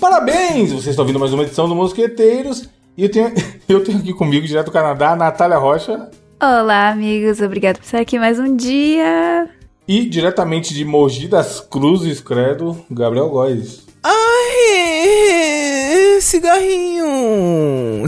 parabéns! Vocês estão ouvindo mais uma edição do Mosqueteiros. E eu tenho aqui comigo, direto do Canadá, a Natália Rocha. Olá, amigos. Obrigado por estar aqui mais um dia. E diretamente de Mogi das Cruzes, credo, Gabriel Góes. Ai, cigarrinho.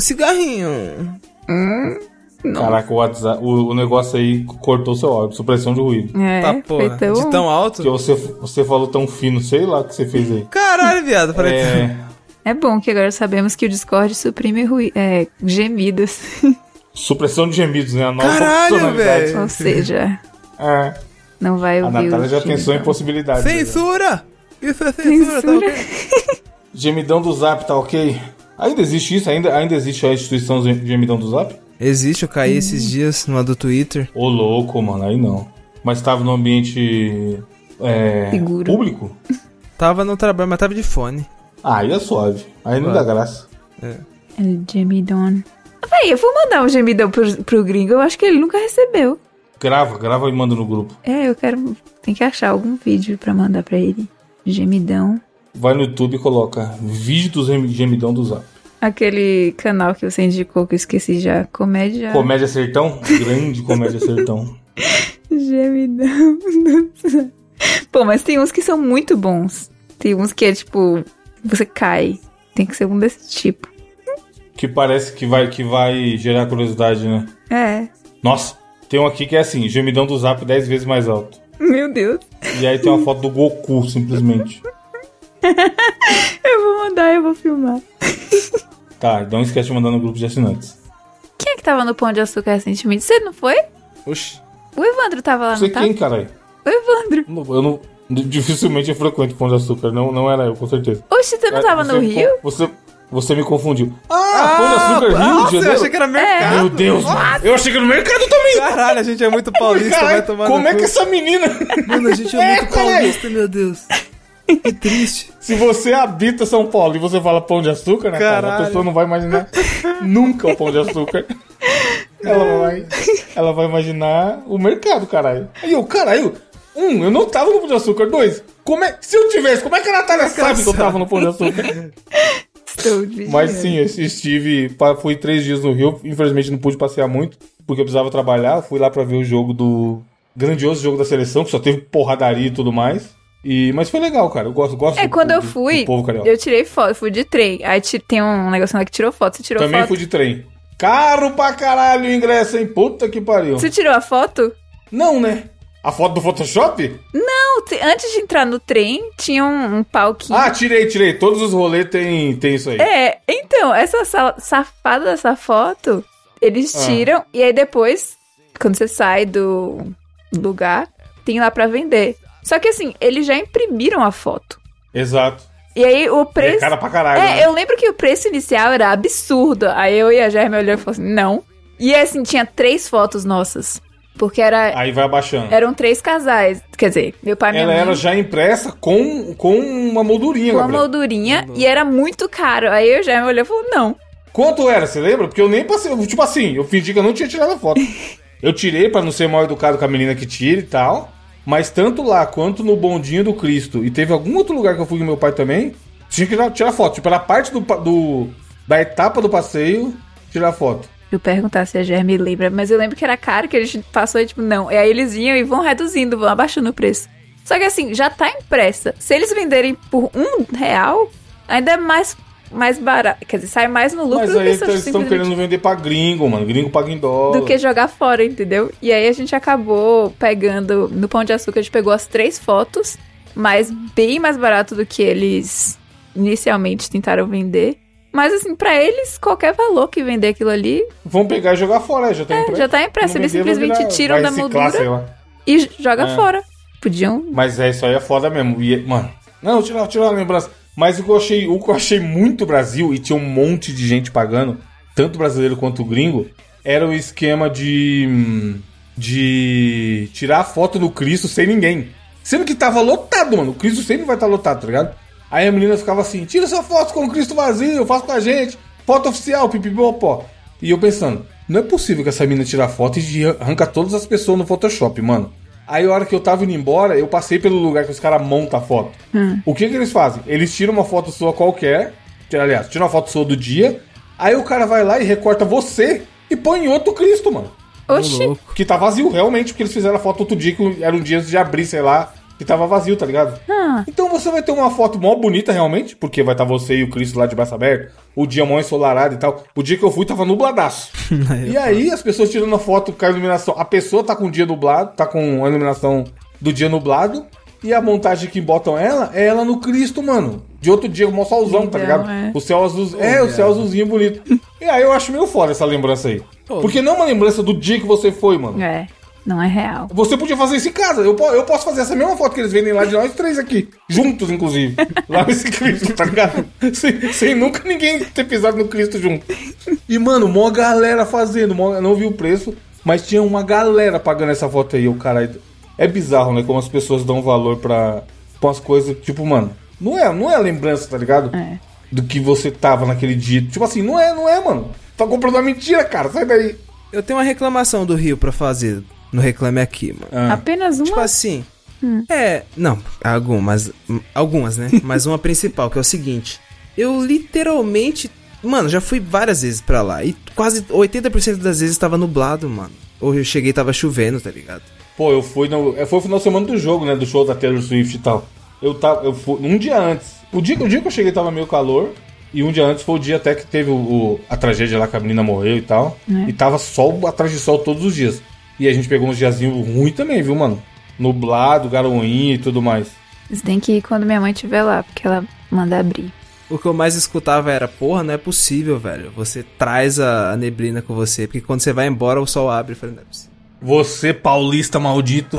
Caraca, o WhatsApp, o negócio aí cortou seu áudio, supressão de ruído. Tá, porra, de tão alto? Que você falou tão fino, sei lá o que você fez aí. Caralho, viado, É bom que agora sabemos que o Discord suprime gemidos. Supressão de gemidos, né? A nova Caralho, velho. Ou seja, não vai ouvir. A Natália já pensou em possibilidades. Censura! Isso é censura. Tá ok? Gemidão do Zap, tá ok? Ainda existe isso? Ainda existe a instituição Gemidão do Zap? Existe, eu caí esses dias numa do Twitter. Ô, louco, mano, aí não. Mas tava no ambiente seguro. Público? Tava no trabalho, mas tava de fone. Aí é suave. Aí não dá graça. El gemidão. Véi, eu vou mandar um gemidão pro gringo. Eu acho que ele nunca recebeu. Grava e manda no grupo. Eu quero... Tem que achar algum vídeo pra mandar pra ele. Gemidão. Vai no YouTube e coloca vídeo do gemidão do Zap. Aquele canal que você indicou que eu esqueci já. Comédia Sertão? Grande Comédia Sertão. Gemidão do Zap. Pô, mas tem uns que são muito bons. Tem uns que é tipo... Você cai. Tem que ser um desse tipo. Que parece que vai gerar curiosidade, né? Nossa, tem um aqui que é assim, gemidão do Zap 10 vezes mais alto. Meu Deus. E aí tem uma foto do Goku, simplesmente. Eu vou mandar, eu vou filmar. Tá, então não esquece de mandar no grupo de assinantes. Quem é que tava no Pão de Açúcar recentemente? Você não foi? Oxi. O Evandro tava lá, Você não tá? quem, caralho? O Evandro. Eu não... Dificilmente eu frequento Pão de Açúcar, não era eu, com certeza. Oxi, você não tava no Rio? Você me confundiu. Pão de Açúcar, Rio de Janeiro? Eu achei que era mercado. Meu Deus, mano. Eu achei que era no mercado também. Caralho, a gente é muito paulista, Caralho, vai tomar como é que essa menina... Mano, a gente é muito paulista, meu Deus. Que triste. Se você habita São Paulo e você fala Pão de Açúcar, né, cara? A pessoa não vai imaginar nunca o Pão de Açúcar. Ela vai imaginar o mercado, caralho. Aí eu, caralho, eu não tava no Pão de Açúcar. 2, se eu tivesse, como é que a Natália sabe que eu tava no Pão de Açúcar? Mas sim, fui 3 dias no Rio. Infelizmente não pude passear muito, porque eu precisava trabalhar. Fui lá pra ver o jogo grandioso jogo da seleção, que só teve porradaria e tudo mais. Mas foi legal, cara. Eu gosto quando eu fui, do povo carioca. Eu tirei foto, fui de trem. Aí tem um negocinho lá que tirou foto. Você tirou Também foto? Fui de trem. Caro pra caralho o ingresso, hein? Puta que pariu. Você tirou a foto? Não, né? A foto do Photoshop? Não, antes de entrar no trem, tinha um palquinho. Tirei. Todos os rolês tem isso aí. Então, essa safada dessa foto, eles tiram e aí depois, quando você sai do lugar, tem lá pra vender. Só que assim, eles já imprimiram a foto. Exato. E aí o preço... É cara pra caralho, né? Eu lembro que o preço inicial era absurdo. Aí eu e a Germa olhou e falou assim, não. E assim, tinha 3 fotos nossas. Porque era... Aí vai abaixando. Eram 3 casais. Quer dizer, meu pai e minha mãe... Ela era já impressa com uma moldurinha, Com uma moldurinha. E era muito caro. Aí eu já me olhei e falei, não. Quanto era, você lembra? Porque eu nem passei... Tipo assim, eu fingi que eu não tinha tirado a foto. Eu tirei pra não ser mal educado com a menina que tira e tal. Mas tanto lá quanto no Bondinho do Cristo. E teve algum outro lugar que eu fui com meu pai também. Tinha que tirar foto. Tipo, era parte da etapa do passeio, tirar foto. Eu perguntar se a Germe lembra, mas eu lembro que era caro, que a gente passou e tipo, não. E aí eles iam e vão reduzindo, vão abaixando o preço. Só que assim, já tá impressa. Se eles venderem por R$1, ainda é mais barato. Quer dizer, sai mais no lucro. Mas do aí que eles estão querendo vender pra gringo, mano. Gringo paga em dólar. Do que jogar fora, entendeu? E aí a gente acabou pegando... No Pão de Açúcar a gente pegou as 3 fotos, mas bem mais barato do que eles inicialmente tentaram vender. Mas assim, pra eles, qualquer valor que vender aquilo ali... Vão pegar e jogar fora, já tá impresso. Já tá impresso, eles simplesmente tiram da moldura e joga fora. Podiam... Mas isso aí é foda mesmo. Mano, não, tirar a lembrança. Mas o que eu achei muito Brasil, e tinha um monte de gente pagando, tanto brasileiro quanto gringo, era o esquema de tirar a foto do Cristo sem ninguém. Sendo que tava lotado, mano. O Cristo sempre vai estar lotado, tá ligado? Aí a menina ficava assim, tira sua foto com o Cristo vazio, faz com a gente, foto oficial, pipipopó. E eu pensando, não é possível que essa menina tire foto e arranca todas as pessoas no Photoshop, mano. Aí a hora que eu tava indo embora, eu passei pelo lugar que os caras montam a foto. O que eles fazem? Eles tiram uma foto sua qualquer, aliás, tiram uma foto sua do dia, aí o cara vai lá e recorta você e põe em outro Cristo, mano. Oxi. Que tá vazio, realmente, porque eles fizeram a foto outro dia, que era um dia antes de abrir, sei lá, que tava vazio, tá ligado? Então você vai ter uma foto mó bonita, realmente, porque vai estar você e o Cristo lá de braço aberto, o dia mó ensolarado e tal. O dia que eu fui tava nubladaço. E aí as pessoas tirando a foto com a iluminação. A pessoa tá com o dia nublado, tá com a iluminação do dia nublado, e a montagem que botam ela é ela no Cristo, mano. De outro dia, mó solzão, tá ligado? O céu azul, o céu azulzinho bonito. E aí eu acho meio foda essa lembrança aí. Porque não é uma lembrança do dia que você foi, mano. Não é real. Você podia fazer isso em casa. Eu posso fazer essa mesma foto que eles vendem lá de nós três aqui. Juntos, inclusive. Lá nesse Cristo, tá ligado? Sem nunca ninguém ter pisado no Cristo junto. E, mano, mó galera fazendo. Eu não vi o preço, mas tinha uma galera pagando essa foto aí. O cara... É bizarro, né? Como as pessoas dão valor pra umas coisas... Tipo, mano, não é a lembrança, tá ligado? Do que você tava naquele dia. Tipo assim, não é, mano. Tá comprando uma mentira, cara. Sai daí. Eu tenho uma reclamação do Rio pra fazer... No Reclame Aqui, mano. Apenas uma? Tipo assim... Não, algumas, né? Mas uma principal, que é o seguinte. Eu literalmente... Mano, já fui várias vezes pra lá. E quase 80% das vezes tava nublado, mano. Ou eu cheguei e tava chovendo, tá ligado? Pô, eu fui foi o final de semana do jogo, né? Do show da Taylor Swift e tal. Eu fui um dia antes. O dia que eu cheguei tava meio calor. E um dia antes foi o dia até que teve a tragédia lá que a menina morreu e tal. E tava sol atrás de sol todos os dias. E a gente pegou uns diazinhos ruins também, viu, mano? Nublado, garoinha e tudo mais. Você tem que ir quando minha mãe estiver lá, porque ela manda abrir. O que eu mais escutava era, porra, não é possível, velho. Você traz a neblina com você, porque quando você vai embora o sol abre. Eu falei, não é possível. Você, paulista maldito,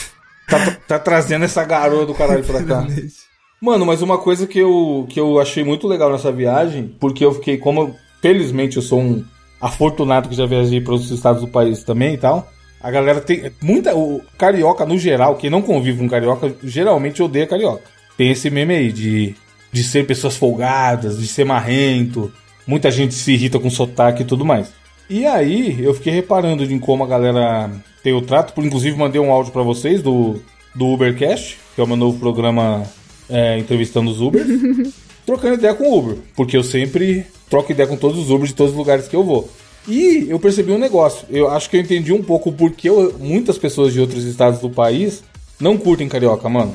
tá trazendo essa garoa do caralho pra cá. Mano, mas uma coisa que eu achei muito legal nessa viagem, porque eu fiquei, felizmente eu sou um afortunado que já viajei para outros estados do país também e tal. A galera tem o carioca no geral, quem não convive com carioca, geralmente odeia carioca. Tem esse meme aí de ser pessoas folgadas, de ser marrento. Muita gente se irrita com sotaque e tudo mais. E aí, eu fiquei reparando em como a galera tem o trato. Inclusive, mandei um áudio pra vocês do Ubercast, que é o meu novo programa entrevistando os Uber. Trocando ideia com o Uber, porque eu sempre troco ideia com todos os Uber de todos os lugares que eu vou. E eu percebi um negócio. Eu acho que eu entendi um pouco porque muitas pessoas de outros estados do país não curtem carioca, mano.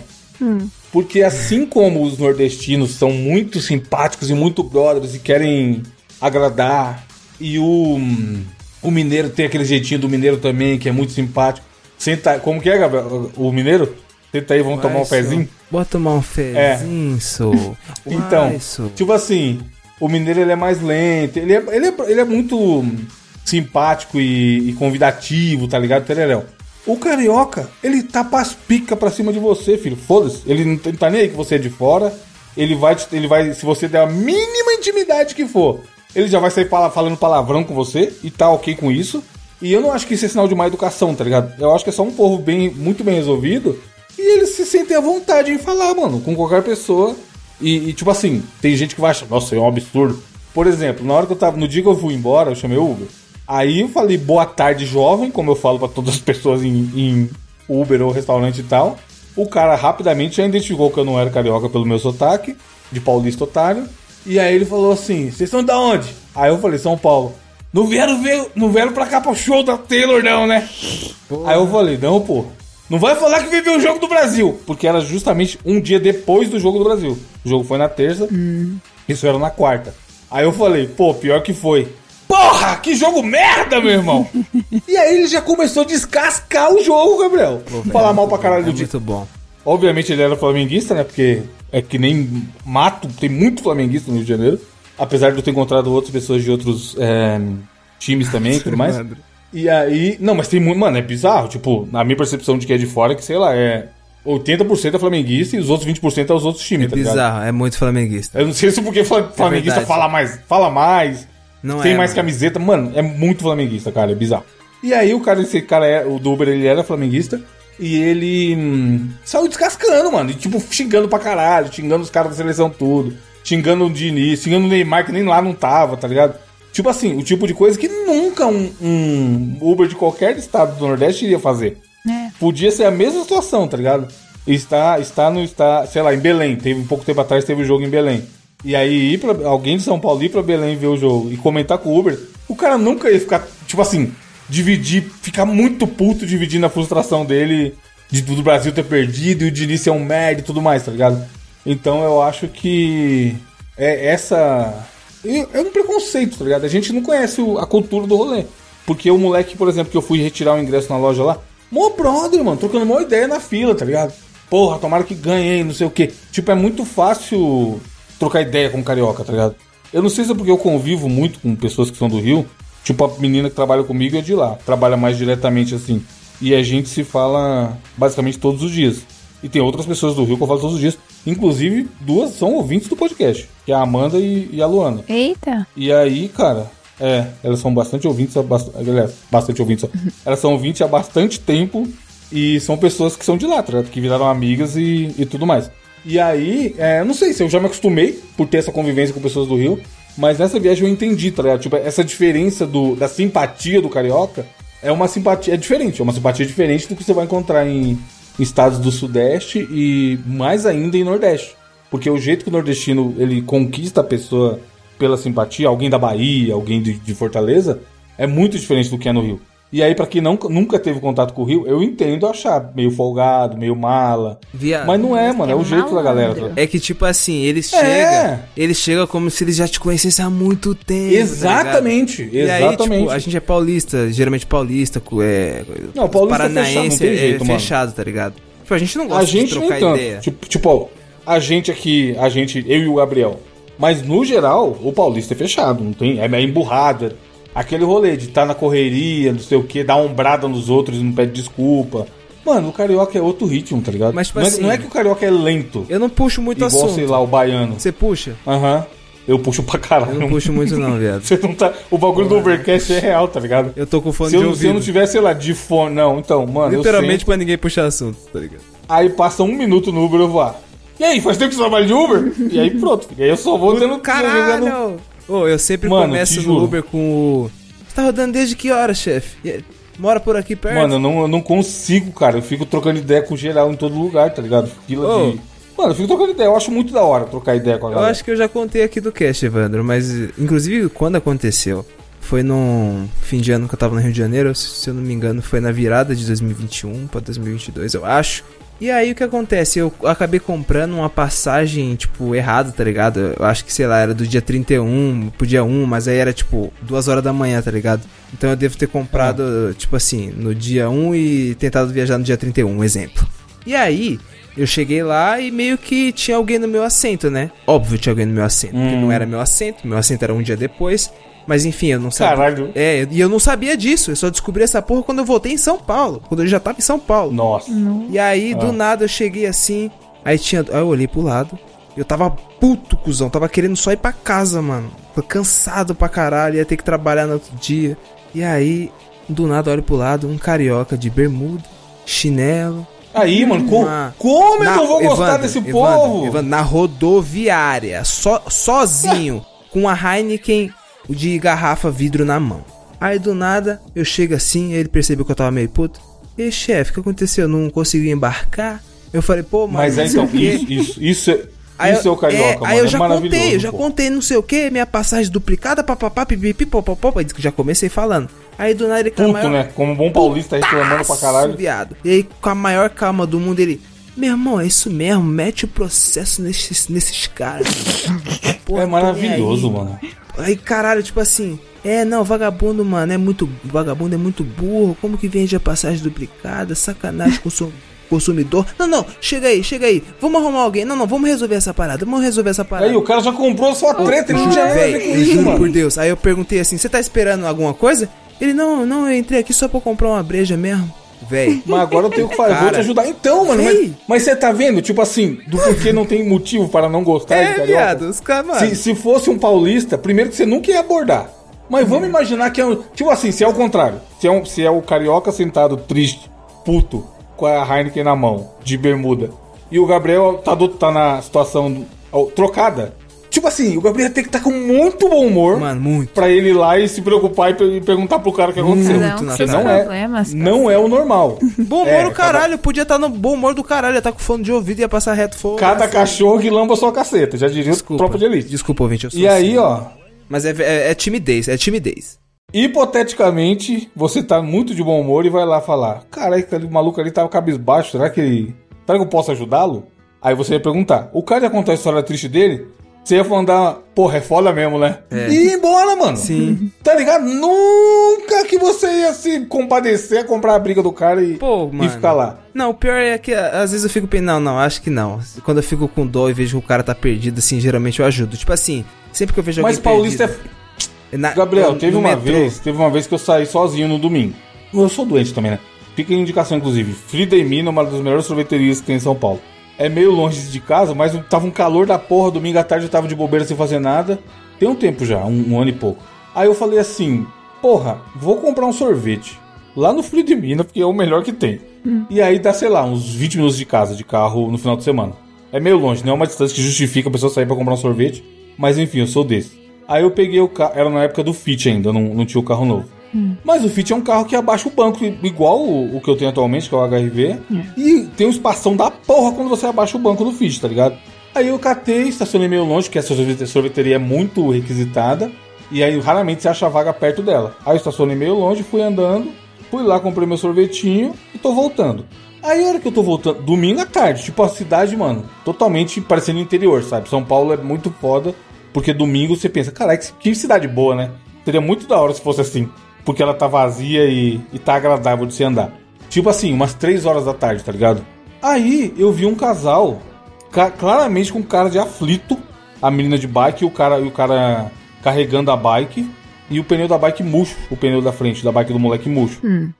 Porque assim como os nordestinos são muito simpáticos e muito brothers e querem agradar, e o mineiro tem aquele jeitinho do mineiro também, que é muito simpático. Senta, como que é, Gabriel? O mineiro? Senta aí, vamos tomar um pezinho? Bora tomar um pezinho, Então, tipo assim... O mineiro, ele é mais lento, ele é muito simpático e convidativo, tá ligado, Tereréu? O carioca, ele tá pras pica pra cima de você, filho, foda-se. Ele não tá nem aí que você é de fora, ele vai, se você der a mínima intimidade que for, ele já vai sair falando palavrão com você e tá ok com isso. E eu não acho que isso é sinal de má educação, tá ligado? Eu acho que é só um povo muito bem resolvido e eles se sentem à vontade em falar, mano, com qualquer pessoa. E tipo assim, tem gente que vai achar, nossa, é um absurdo. Por exemplo, na hora que no dia que eu fui embora, eu chamei o Uber. Aí eu falei, boa tarde, jovem, como eu falo pra todas as pessoas em Uber ou restaurante e tal. O cara rapidamente já identificou que eu não era carioca pelo meu sotaque, de paulista otário. E aí ele falou assim, vocês são da onde? Aí eu falei, São Paulo. Não vieram pra cá pro show da Taylor não, né? Porra. Aí eu falei, não, pô. Não vai falar que viveu o jogo do Brasil. Porque era justamente um dia depois do jogo do Brasil. O jogo foi na terça. Isso era na quarta. Aí eu falei, pô, pior que foi. Porra, que jogo merda, meu irmão. E aí ele já começou a descascar o jogo, Gabriel. Pô, falar mal pra caralho do dia. Muito bom. Obviamente ele era flamenguista, né? Porque é que nem mato. Tem muito flamenguista no Rio de Janeiro. Apesar de eu ter encontrado outras pessoas de outros times também e tudo mais. E aí... Não, mas tem muito... Mano, é bizarro. Tipo, na minha percepção de que é de fora, que sei lá, 80% é flamenguista e os outros 20% é os outros times, tá ligado? É bizarro, é muito flamenguista. Eu não sei se é porque flamenguista fala mais, não tem mais camiseta. Mano, é muito flamenguista, cara, é bizarro. E aí esse cara, o do Uber, ele era flamenguista e ele saiu descascando, mano. E tipo, xingando pra caralho, xingando os caras da seleção tudo, xingando o Diniz, xingando o Neymar, que nem lá não tava, tá ligado? Tipo assim, o tipo de coisa que nunca um Uber de qualquer estado do Nordeste iria fazer. podia ser a mesma situação, tá ligado? Está, sei lá, em Belém. Teve um pouco tempo atrás, teve um jogo em Belém. E aí, alguém de São Paulo ir pra Belém ver o jogo e comentar com o Uber, o cara nunca ia ficar, tipo assim, ficar muito puto dividindo a frustração dele do Brasil ter perdido e o Diniz ser um merda e tudo mais, tá ligado? Então eu acho que é um preconceito, tá ligado? A gente não conhece a cultura do rolê. Porque o moleque, por exemplo, que eu fui retirar o ingresso na loja lá, mó brother, mano, trocando uma ideia na fila, tá ligado? Porra, tomara que ganhe, não sei o quê. Tipo, é muito fácil trocar ideia com carioca, tá ligado? Eu não sei se é porque eu convivo muito com pessoas que são do Rio. Tipo, a menina que trabalha comigo é de lá. Trabalha mais diretamente assim. E a gente se fala basicamente todos os dias. E tem outras pessoas do Rio que eu falo todos os dias. Inclusive, 2 são ouvintes do podcast. Que é a Amanda e a Luana. Eita! E aí, cara... elas são bastante ouvintes, aliás, bastante ouvintes. Elas são ouvintes há bastante tempo e são pessoas que são de lá, tá, que viraram amigas e tudo mais. E aí, não sei se eu já me acostumei por ter essa convivência com pessoas do Rio, mas nessa viagem eu entendi, tá ligado? Tipo, essa diferença da simpatia do carioca é uma simpatia diferente do que você vai encontrar em estados do Sudeste e mais ainda em Nordeste. Porque o jeito que o nordestino ele conquista a pessoa pela simpatia, alguém da Bahia, alguém de Fortaleza, é muito diferente do que é no Rio. E aí, pra quem nunca teve contato com o Rio, eu entendo achar meio folgado, meio mala. Mas não é, mano, é o jeito da galera. Tá? É que, tipo assim, eles chegam como se eles já te conhecessem há muito tempo. Exatamente, tá exatamente. E aí, tipo, a gente é paulista, geralmente paulista, não, paulista paranaense fechado, não tem jeito, mano. Fechado, tá ligado? Tipo, a gente não gosta de trocar ideia. Tipo, a gente aqui, eu e o Gabriel. Mas, no geral, o paulista é fechado, não tem, é emburrada. Aquele rolê de estar na correria, não sei o que, dar ombrada nos outros e não pede desculpa. Mano, o carioca é outro ritmo, tá ligado? Mas, tipo não é que o carioca é lento. Eu não puxo muito igual, assunto. Sei lá, o baiano. Você puxa? Aham. Eu puxo pra caralho. Eu não puxo muito não, viado. Você não tá... O bagulho do Overcast é real, tá ligado? Eu tô com fone de ouvido. Se eu não tivesse, sei lá, de fone... Não, então, mano, literalmente pra ninguém puxar assunto, tá ligado? Aí passa 1 minuto no Uber, eu vou... E aí, faz tempo que você trabalha de Uber? E aí pronto. E aí eu só vou tendo... Caralho! Ô, eu sempre começo no Uber com o... Você tá rodando desde que hora, chefe? Mora por aqui perto? Mano, eu não consigo, cara. Eu fico trocando ideia com geral em todo lugar, tá ligado? Mano, eu fico trocando ideia. Eu acho muito da hora trocar ideia com a galera. Eu acho que eu já contei aqui do cast, Evandro. Mas, inclusive, quando aconteceu... Foi num fim de ano que eu tava no Rio de Janeiro. Se eu não me engano, foi na virada de 2021 pra 2022, eu acho. E aí o que acontece? Eu acabei comprando uma passagem, tipo, errada, tá ligado? Eu acho que, sei lá, era do dia 31 pro dia 1, mas aí era, tipo, 2 horas da manhã, tá ligado? Então eu devo ter comprado, tipo assim, no dia 1 e tentado viajar no dia 31, um exemplo. E aí, eu cheguei lá e meio que tinha alguém no meu assento, né? Óbvio tinha alguém no meu assento, porque não era meu assento era um dia depois. Mas enfim, eu não sabia. Caralho. E eu não sabia disso. Eu só descobri essa porra quando eu voltei em São Paulo. Quando eu já tava em São Paulo. Nossa. E aí, do nada, eu cheguei assim. Aí eu olhei pro lado. Eu tava puto, cuzão. Tava querendo só ir pra casa, mano. Tô cansado pra caralho. Ia ter que trabalhar no outro dia. E aí, do nada, eu olho pro lado. Um carioca de bermuda, chinelo. Aí, mano, como eu não vou gostar desse povo? Evandro, na rodoviária. Sozinho. Com a Heineken de garrafa vidro na mão. Aí do nada eu chego assim, ele percebeu que eu tava meio puto. E aí, chefe, o que aconteceu? Não consegui embarcar? Eu falei, pô, mas então, isso é o carioca, mano. Aí eu já contei, não sei o que, minha passagem duplicada, papapá, pipipi, popopó, já comecei falando. Aí do nada ele puto, né? Como um bom paulista reclamando pra caralho. Viado. E aí, com a maior calma do mundo, ele... Meu irmão, é isso mesmo, mete o processo nesses caras. Porra, é maravilhoso, mano. Aí, caralho, tipo assim... vagabundo, mano, vagabundo é muito burro. Como que vende a passagem duplicada? Sacanagem com o consumidor. Não, chega aí. Vamos arrumar alguém. Não, vamos resolver essa parada. Aí, o cara já comprou sua treta. Eu juro por Deus. Aí eu perguntei assim, você tá esperando alguma coisa? Ele, não, eu entrei aqui só pra comprar uma breja mesmo. Véi. Mas agora eu tenho que fazer, vou te ajudar então, mano. Mas você tá vendo, tipo assim, do porquê não tem motivo para não gostar de carioca? Viado, os caras, se fosse um paulista, primeiro que você nunca ia abordar. Mas vamos imaginar que é um... Tipo assim, se é o contrário. Se é o carioca sentado triste, puto, com a Heineken na mão, de bermuda, e o Gabriel tá na situação trocada, Tipo assim, o Gabriel tem que estar com muito bom humor. Mano, muito. Pra ele ir lá e se preocupar e perguntar pro cara o que aconteceu. Não é o normal. Bom humor do caralho, podia estar no bom humor do caralho, ia estar com fone de ouvido e ia passar reto fogo. Cada cachorro que lamba a sua caceta, já diria o Tropa de Elite. Desculpa, ouvinte, eu sou E assim. Aí, ó... Mas é timidez, é timidez. Hipoteticamente, você tá muito de bom humor e vai lá falar: caralho, aquele maluco ali tava cabisbaixo, será que eu posso ajudá-lo? Aí você ia perguntar: o cara ia contar a história triste dele? Você ia mandar, porra, é foda mesmo, né? E ir embora, mano. Sim. Tá ligado? Nunca que você ia se compadecer, comprar a briga do cara e ficar lá. Não, o pior é que às vezes eu fico pensando, não, acho que não. Quando eu fico com dó e vejo que o cara tá perdido, assim, geralmente eu ajudo. Tipo assim, sempre que eu vejo alguém perdido... Mas Paulista Gabriel, teve uma vez que eu saí sozinho no domingo. Eu sou doente também, né? Fica em indicação, inclusive. Frida e Mina, uma das melhores sorveterias que tem em São Paulo. É meio longe de casa, mas tava um calor da porra. Domingo à tarde eu tava de bobeira sem fazer nada. Tem um tempo já, um ano e pouco. Aí eu falei assim, porra, vou comprar um sorvete lá no Frida e Mina, porque é o melhor que tem. E aí dá, sei lá, uns 20 minutos de casa, de carro, no final de semana. É meio longe, não é uma distância que justifica a pessoa sair pra comprar um sorvete. Mas enfim, eu sou desse. Aí eu peguei o carro, era na época do Fit ainda, não tinha o carro novo. Mas o Fit é um carro que abaixa o banco, igual o que eu tenho atualmente, que é o HRV. E tem um espação da porra quando você abaixa o banco do Fit, tá ligado? Aí eu catei, estacionei meio longe, porque essa sorveteria é muito requisitada. E aí raramente você acha vaga perto dela. Aí eu estacionei meio longe, fui andando, fui lá, comprei meu sorvetinho e tô voltando. Aí a hora que eu tô voltando, domingo à tarde, tipo a cidade, mano, totalmente parecendo interior, sabe? São Paulo é muito foda, porque domingo você pensa, caralho, que cidade boa, né? Seria muito da hora se fosse assim. Porque ela tá vazia e tá agradável de se andar. Tipo assim, umas 3 horas da tarde, tá ligado? Aí eu vi um casal, claramente com cara de aflito. A menina de bike e o cara carregando a bike. E o pneu da bike murcho, o pneu da frente da bike do moleque murcho.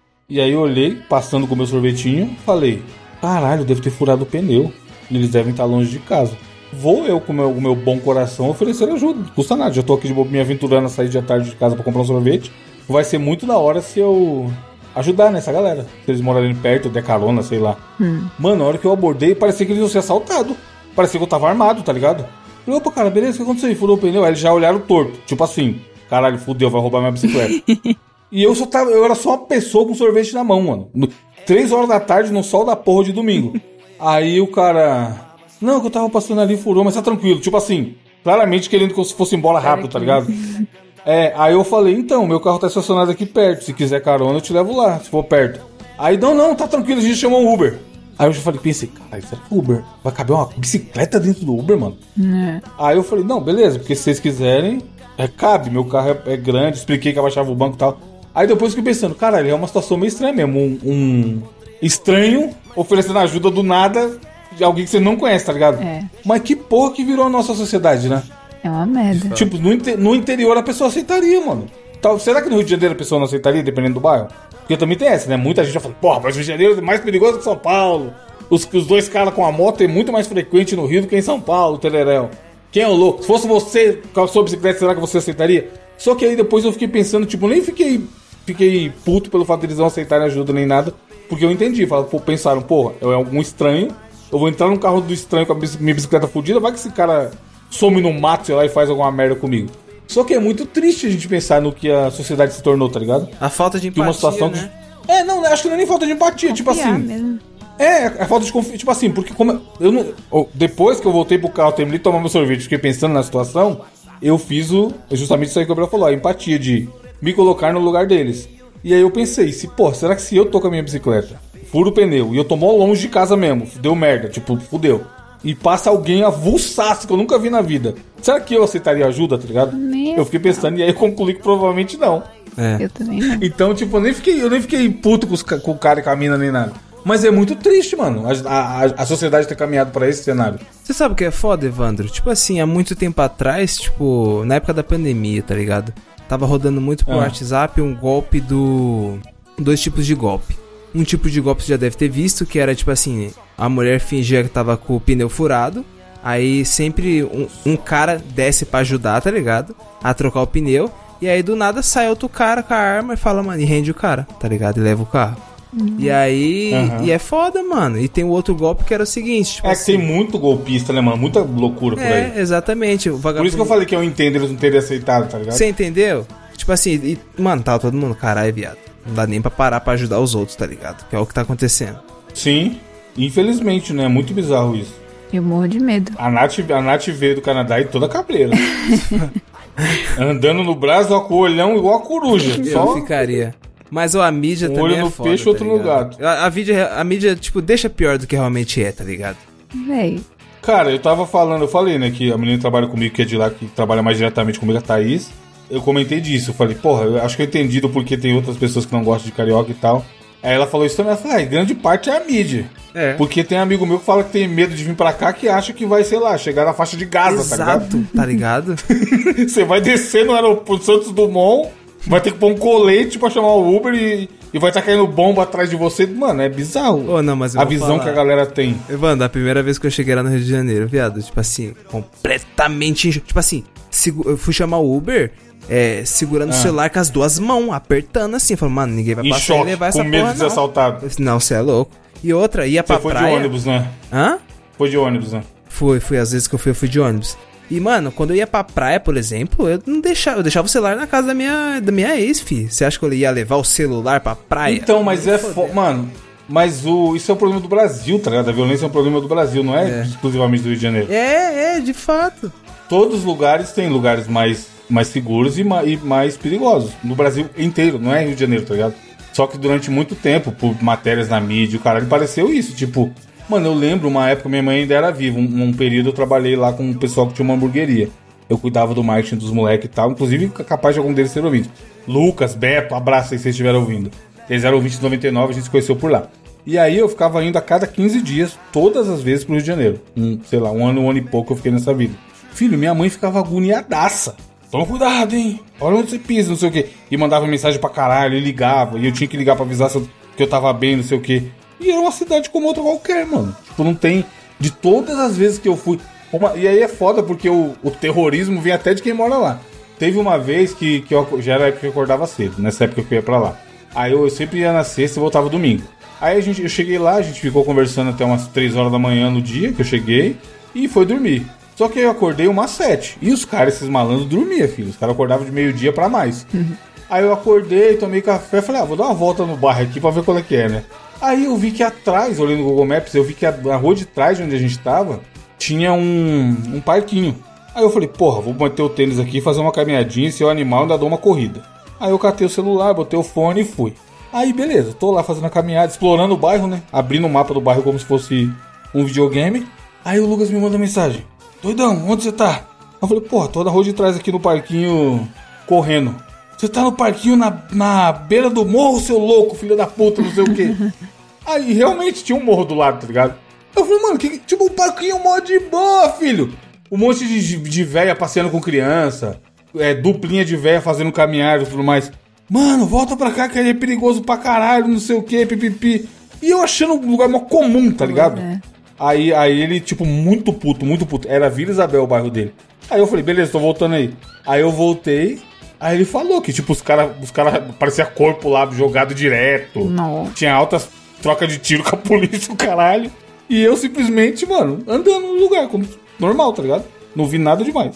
E aí eu olhei, passando com o meu sorvetinho, falei, caralho, deve ter furado o pneu. E eles devem estar longe de casa. Vou eu, com o meu bom coração, oferecer ajuda. Não custa nada, já tô aqui me aventurando a sair de tarde de casa pra comprar um sorvete. Vai ser muito da hora se eu ajudar nessa galera. Se eles morarem perto, der carona, sei lá. Mano, na hora que eu abordei, parecia que eles iam ser assaltados. Parecia que eu tava armado, tá ligado? Falei, opa, cara, beleza, o que aconteceu aí? Furou o pneu. Aí eles já olharam torto. Tipo assim, caralho, fudeu, vai roubar minha bicicleta. E eu era só uma pessoa com sorvete na mão, mano. 3 horas da tarde, no sol da porra de domingo. Aí o cara... Não, que eu tava passando ali, furou, mas tá tranquilo. Tipo assim, claramente querendo que eu fosse embora rápido, tá ligado? Aí eu falei, então, meu carro tá estacionado aqui perto. Se quiser carona, eu te levo lá, se for perto. Aí, não, tá tranquilo, a gente chamou um Uber. Aí eu já falei, pensei, caralho, será que o Uber vai caber uma bicicleta dentro do Uber, mano? Aí eu falei, não, beleza, porque se vocês quiserem, cabe, meu carro é grande, expliquei que abaixava o banco e tal. Aí depois fiquei pensando, caralho, é uma situação meio estranha mesmo, um estranho oferecendo ajuda do nada de alguém que você não conhece, tá ligado? Mas que porra que virou a nossa sociedade, né? É uma merda. Tipo, no interior a pessoa aceitaria, mano. Será que no Rio de Janeiro a pessoa não aceitaria, dependendo do bairro? Porque também tem essa, né? Muita gente já fala, porra, mas o Rio de Janeiro é mais perigoso que São Paulo. Os dois caras com a moto é muito mais frequente no Rio do que em São Paulo, tereréu. Quem é o louco? Se fosse você com a sua bicicleta, será que você aceitaria? Só que aí depois eu fiquei pensando, tipo, nem fiquei puto pelo fato de eles não aceitarem ajuda nem nada. Porque eu entendi, pensaram, porra, é algum estranho, eu vou entrar no carro do estranho com a minha bicicleta fodida, vai que esse cara some no mato, sei lá, e faz alguma merda comigo. Só que é muito triste a gente pensar no que a sociedade se tornou, tá ligado? A falta de empatia, uma situação né? Não, acho que não é nem falta de empatia, confiar, tipo assim... Mesmo. A falta de confiança, tipo assim, porque como eu não... Depois que eu voltei pro carro, terminei de tomar meu sorvete, fiquei pensando na situação, eu fiz justamente isso aí que o Gabriel falou, a empatia de me colocar no lugar deles. E aí eu pensei, será que se eu tô com a minha bicicleta, furo o pneu, e eu tô mó longe de casa mesmo, deu merda, tipo, fudeu. E passa alguém avulsaço que eu nunca vi na vida. Será que eu aceitaria ajuda, tá ligado? Eu fiquei pensando e aí eu concluí que provavelmente não. Eu também não. Então, tipo, eu nem fiquei puto com o cara e com a mina nem nada. Mas é muito triste, mano, a sociedade ter caminhado pra esse cenário. Você sabe o que é foda, Evandro? Tipo assim, há muito tempo atrás, tipo, na época da pandemia, tá ligado? Tava rodando muito pro WhatsApp um golpe dois tipos de golpe. Um tipo de golpe você já deve ter visto, que era tipo assim, a mulher fingia que tava com o pneu furado, aí sempre um cara desce pra ajudar, tá ligado? A trocar o pneu, e aí do nada sai outro cara com a arma e fala, mano, e rende o cara, tá ligado? E leva o carro. E aí... E é foda, mano. E tem o outro golpe que era o seguinte, tipo assim, tem muito golpista, né, mano? Muita loucura por aí. Exatamente. O vagabundo... Por isso que eu falei que eu entendo eles não terem aceitado, tá ligado? Você entendeu? Tipo assim, mano, tava todo mundo, caralho, viado. Não dá nem pra parar pra ajudar os outros, tá ligado? Que é o que tá acontecendo. Sim, infelizmente, né? É muito bizarro isso. Eu morro de medo. A Nath veio do Canadá e toda cabreira. Andando no braço, ó, com o olhão igual a coruja. Eu ficaria. Mas ó, a mídia também olho é no foda, peixe, tá outro no ligado? gato. A mídia, tipo, deixa pior do que realmente é, tá ligado? Véi. Cara, eu falei, né, que a menina que trabalha comigo, que é de lá, que trabalha mais diretamente comigo, a Thaís. Eu comentei disso, eu falei, porra, eu acho que eu entendi do porquê tem outras pessoas que não gostam de carioca e tal. Aí ela falou isso também, ela falou, grande parte é a mídia. Porque tem amigo meu que fala que tem medo de vir pra cá, que acha que vai, sei lá, chegar na faixa de Gaza, Exato, tá ligado? Você vai descer no aeroporto Santos Dumont, vai ter que pôr um colete pra chamar o Uber e vai estar caindo bomba atrás de você. Mano, é bizarro. Não, mas a visão que a galera tem. Mano, a primeira vez que eu cheguei lá no Rio de Janeiro, viado, tipo assim, completamente... Tipo assim, eu fui chamar o Uber... segurando o celular com as duas mãos, apertando assim, falando, mano, ninguém vai passar e levar essa porra, com medo de ser assaltado. Não, você é louco. E outra, ia pra praia... Você foi de ônibus, né? Hã? Foi de ônibus, né? Fui, às vezes que eu fui de ônibus. E, mano, quando eu ia pra praia, por exemplo, eu deixava o celular na casa da minha ex, fi. Você acha que eu ia levar o celular pra praia? Então, mas mano, mas isso é um problema do Brasil, tá ligado? A violência é um problema do Brasil, não é exclusivamente do Rio de Janeiro. De fato. Todos os lugares têm lugares mais seguros e mais perigosos. No Brasil inteiro, não é Rio de Janeiro, tá ligado? Só que durante muito tempo, por matérias na mídia, o caralho, pareceu isso. Tipo, mano, eu lembro uma época, minha mãe ainda era viva. Um período eu trabalhei lá com um pessoal que tinha uma hamburgueria. Eu cuidava do marketing dos moleques e tal. Inclusive, capaz de algum deles ser ouvido. Lucas, Beto, abraço aí se vocês estiverem ouvindo. Eles eram ouvintes de 99, a gente se conheceu por lá. E aí eu ficava indo a cada 15 dias, todas as vezes pro Rio de Janeiro. Sei lá, um ano e pouco eu fiquei nessa vida. Filho, minha mãe ficava agoniadaça. Toma cuidado, hein? Olha onde você pisa, não sei o quê. E mandava mensagem pra caralho, e ligava. E eu tinha que ligar pra avisar que eu tava bem, não sei o quê. E era uma cidade como outra qualquer, mano. Tipo, não tem... De todas as vezes que eu fui... E aí é foda, porque o terrorismo vem até de quem mora lá. Teve uma vez que eu já era a época que eu acordava cedo. Nessa época que eu ia pra lá. Aí eu sempre ia na sexta e voltava domingo. Aí eu cheguei lá, a gente ficou conversando até umas 3 horas da manhã no dia que eu cheguei. E foi dormir. Só que eu acordei umas 7. E os caras, esses malandros, dormiam, filho. Os caras acordavam de meio-dia pra mais. Aí eu acordei, tomei café, falei, vou dar uma volta no bairro aqui pra ver qual é que é, né? Aí eu vi que atrás, olhando no Google Maps, eu vi que na rua de trás de onde a gente tava, tinha um parquinho. Aí eu falei, porra, vou meter o tênis aqui, fazer uma caminhadinha, e se o animal ainda dou uma corrida. Aí eu catei o celular, botei o fone e fui. Aí beleza, tô lá fazendo a caminhada, explorando o bairro, né? Abrindo o mapa do bairro como se fosse um videogame. Aí o Lucas me manda mensagem. Doidão, onde você tá? Eu falei, porra, tô na rua de trás aqui no parquinho, correndo. Você tá no parquinho na beira do morro, seu louco, filho da puta, não sei o quê. Aí realmente tinha um morro do lado, tá ligado? Eu falei, mano, tipo, um parquinho mó de boa, filho. Um monte de véia passeando com criança, duplinha de véia fazendo caminhada e tudo mais. Mano, volta pra cá que aí é perigoso pra caralho, não sei o quê, pipipi. E eu achando um lugar mó comum, tá ligado? Aí ele, tipo, muito puto. Era Vila Isabel o bairro dele. Aí eu falei, beleza, tô voltando aí. Aí eu voltei. Aí ele falou que, tipo, os cara parecia corpo lá jogado direto. Não. Tinha altas trocas de tiro com a polícia, o caralho. E eu simplesmente, mano, andando no lugar, como normal, tá ligado? Não vi nada demais.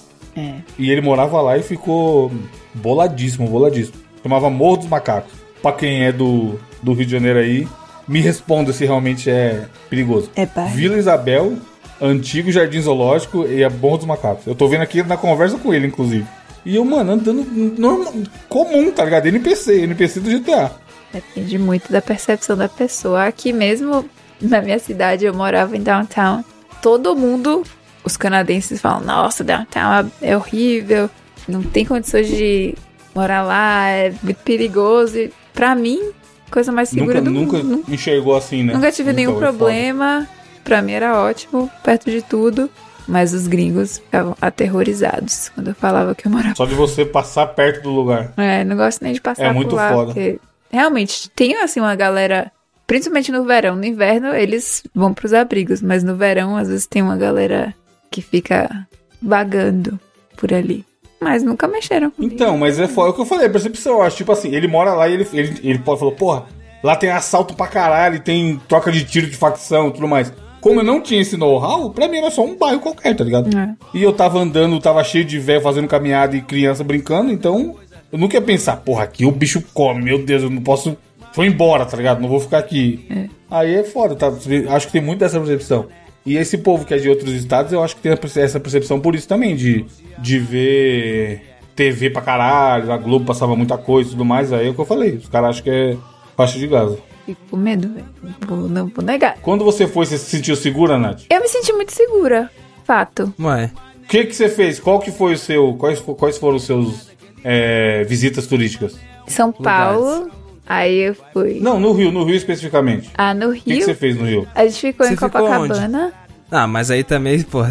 E ele morava lá e ficou boladíssimo. Chamava Morro dos Macacos. Pra quem é do Rio de Janeiro aí, me responda se realmente é perigoso. Vila Isabel, antigo Jardim Zoológico e a Morro dos Macacos. Eu tô vendo aqui na conversa com ele, inclusive. E eu, mano, andando normal, comum, tá ligado? NPC do GTA. Depende muito da percepção da pessoa. Aqui mesmo, na minha cidade, eu morava em downtown. Todo mundo, os canadenses falam, nossa, downtown é horrível, não tem condições de morar lá, é muito perigoso. E pra mim, coisa mais segura do mundo. Nunca enxergou assim, né? Nunca tive nenhum problema. Pra mim era ótimo, perto de tudo. Mas os gringos ficavam aterrorizados quando eu falava que eu morava. Só de você passar perto do lugar. Não gosto nem de passar muito por lá. Foda. Porque realmente tem assim uma galera, principalmente no verão. No inverno eles vão pros abrigos, mas no verão às vezes tem uma galera que fica vagando por ali. Mas nunca mexeram comigo. Então, mas é o que eu falei, a percepção, eu acho. Tipo assim, ele mora lá e ele falou, porra, Lá tem assalto pra caralho, tem troca de tiro de facção e tudo mais. Como eu não tinha esse know-how, pra mim era só um bairro qualquer, tá ligado? E eu tava andando, tava cheio de velho fazendo caminhada e criança brincando, então eu nunca ia pensar, porra, aqui o bicho come, meu Deus, eu não posso... Foi embora, tá ligado? Não vou ficar aqui. Aí é foda, tá? Acho que tem muito dessa percepção. E esse povo que é de outros estados, eu acho que tem essa percepção por isso também, de ver TV pra caralho, a Globo passava muita coisa e tudo mais, aí é o que eu falei, os caras acham que é faixa de Gaza. Fico com medo, velho. Não vou negar. Quando você foi, você se sentiu segura, Nath? Eu me senti muito segura, fato. Ué. O que você fez? Qual que foi o seu... Quais foram os seus visitas turísticas? São Paulo, aí eu fui... Não, no Rio especificamente. No Rio? O que você fez no Rio? A gente ficou em Copacabana. Mas aí também, porra...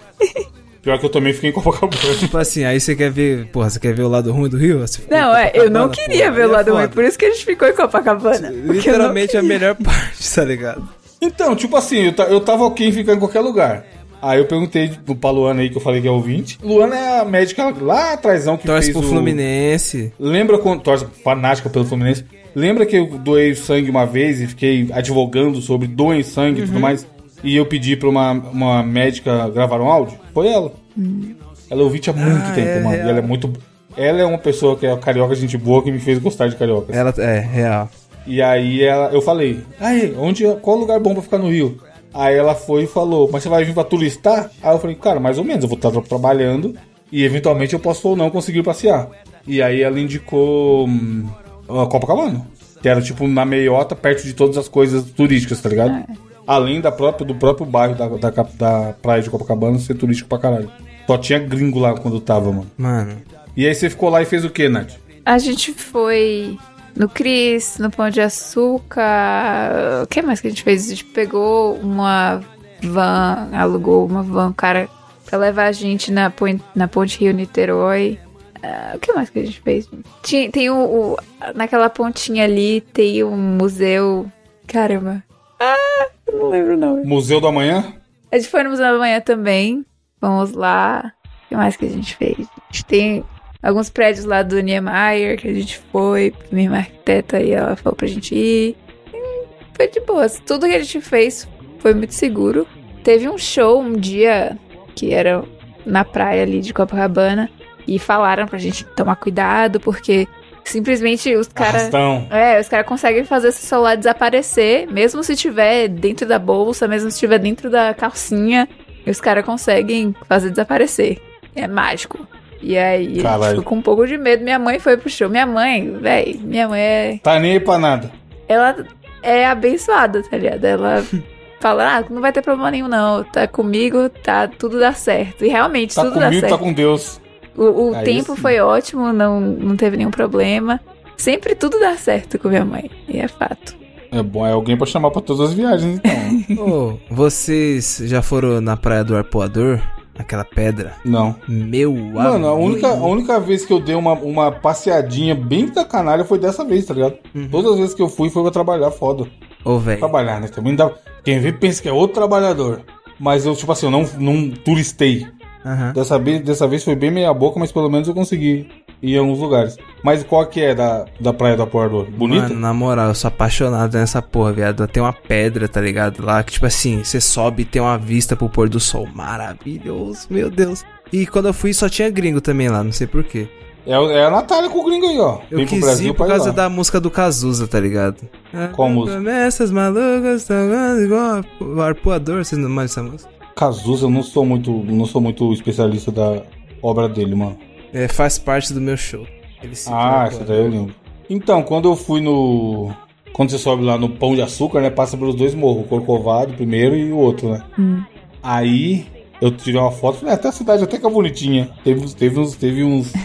Pior que eu também fiquei em Copacabana. Tipo assim, aí você quer ver... Porra, você quer ver o lado ruim do Rio? Não, eu não queria ver o lado ruim, por isso que a gente ficou em Copacabana. Literalmente a melhor parte, tá ligado? Então, tipo assim, eu tava ok em ficar em qualquer lugar. Aí eu perguntei pra Luana aí, que eu falei que é ouvinte. Luana é a médica lá atrásão que torce fez pro Fluminense. Lembra quando... Torce fanática pelo Fluminense. Lembra que eu doei sangue uma vez e fiquei advogando sobre doem sangue e tudo mais? E eu pedi pra uma médica gravar um áudio? Foi ela. Ela é ouvinte há muito tempo, mano. Real. E ela é muito... Ela é uma pessoa que é carioca, gente boa, que me fez gostar de carioca. Ela é real. E aí eu falei, qual lugar bom pra ficar no Rio? Aí ela foi e falou, mas você vai vir pra turistar? Aí eu falei, cara, mais ou menos, eu vou estar trabalhando e eventualmente eu posso ou não conseguir passear. E aí ela indicou Copacabana, que era tipo na meiota, perto de todas as coisas turísticas, tá ligado? Além do próprio bairro da praia de Copacabana ser turístico pra caralho. Só tinha gringo lá quando eu tava, mano. Mano. E aí você ficou lá e fez o quê, Nath? A gente foi no Cris, no Pão de Açúcar. O que mais que a gente fez? A gente pegou uma van, alugou uma van, cara, pra levar a gente na Ponte Rio-Niterói. O que mais que a gente fez? Tem naquela pontinha ali, tem um museu. Caramba. Eu não lembro o nome. Museu do Amanhã? A gente foi no Museu da Manhã também. Vamos lá. O que mais que a gente fez? A gente tem alguns prédios lá do Niemeyer que a gente foi, porque minha irmã é arquiteta e ela falou pra gente ir. Foi de boas. Tudo que a gente fez foi muito seguro. Teve um show um dia que era na praia ali de Copacabana e falaram pra gente tomar cuidado porque simplesmente os caras conseguem fazer seu celular desaparecer, mesmo se tiver dentro da bolsa, mesmo se tiver dentro da calcinha, e os caras conseguem fazer desaparecer. É mágico. E aí, a gente ficou com um pouco de medo. Minha mãe foi pro show. Minha mãe é... Tá nem aí pra nada. Ela é abençoada, tá ligado? Ela fala, não vai ter problema nenhum não. Tá comigo, tudo dá certo. E realmente, tudo dá certo. Tá com Deus. O tempo foi ótimo, não teve nenhum problema. Sempre tudo dá certo com minha mãe. E é fato. É bom, é alguém pra chamar pra todas as viagens, então. Vocês já foram na Praia do Arpoador? Aquela pedra? Não. Meu Mano, a única vez que eu dei uma passeadinha bem da canalha foi dessa vez, tá ligado? Todas as vezes que eu fui foi pra trabalhar, foda. Velho. Trabalhar, né? Também dá... Quem vê pensa que é outro trabalhador. Mas eu, tipo assim, eu não turistei. Dessa vez foi bem meia boca, mas pelo menos eu consegui ir em alguns lugares. Mas qual que é da Praia do Arpoador? Bonita? Mano, na moral, eu sou apaixonado nessa porra, viado. Tem uma pedra, tá ligado? Lá que, tipo assim, você sobe e tem uma vista pro pôr do sol. Maravilhoso, meu Deus. E quando eu fui, só tinha gringo também lá, não sei porquê. É a Natália com o gringo aí, ó. Eu quis ir por causa da música do Cazuza, tá ligado? Qual música? Essas malucas estão igual o Arpoador, vocês não mais essa música? Cazuza, eu não sou muito especialista da obra dele, mano. Faz parte do meu show. Isso daí eu lembro. Então, quando eu fui quando você sobe lá no Pão de Açúcar, né? Passa pelos dois morros, o Corcovado primeiro e o outro, né? Aí eu tirei uma foto, falei, até a cidade até que é bonitinha. Teve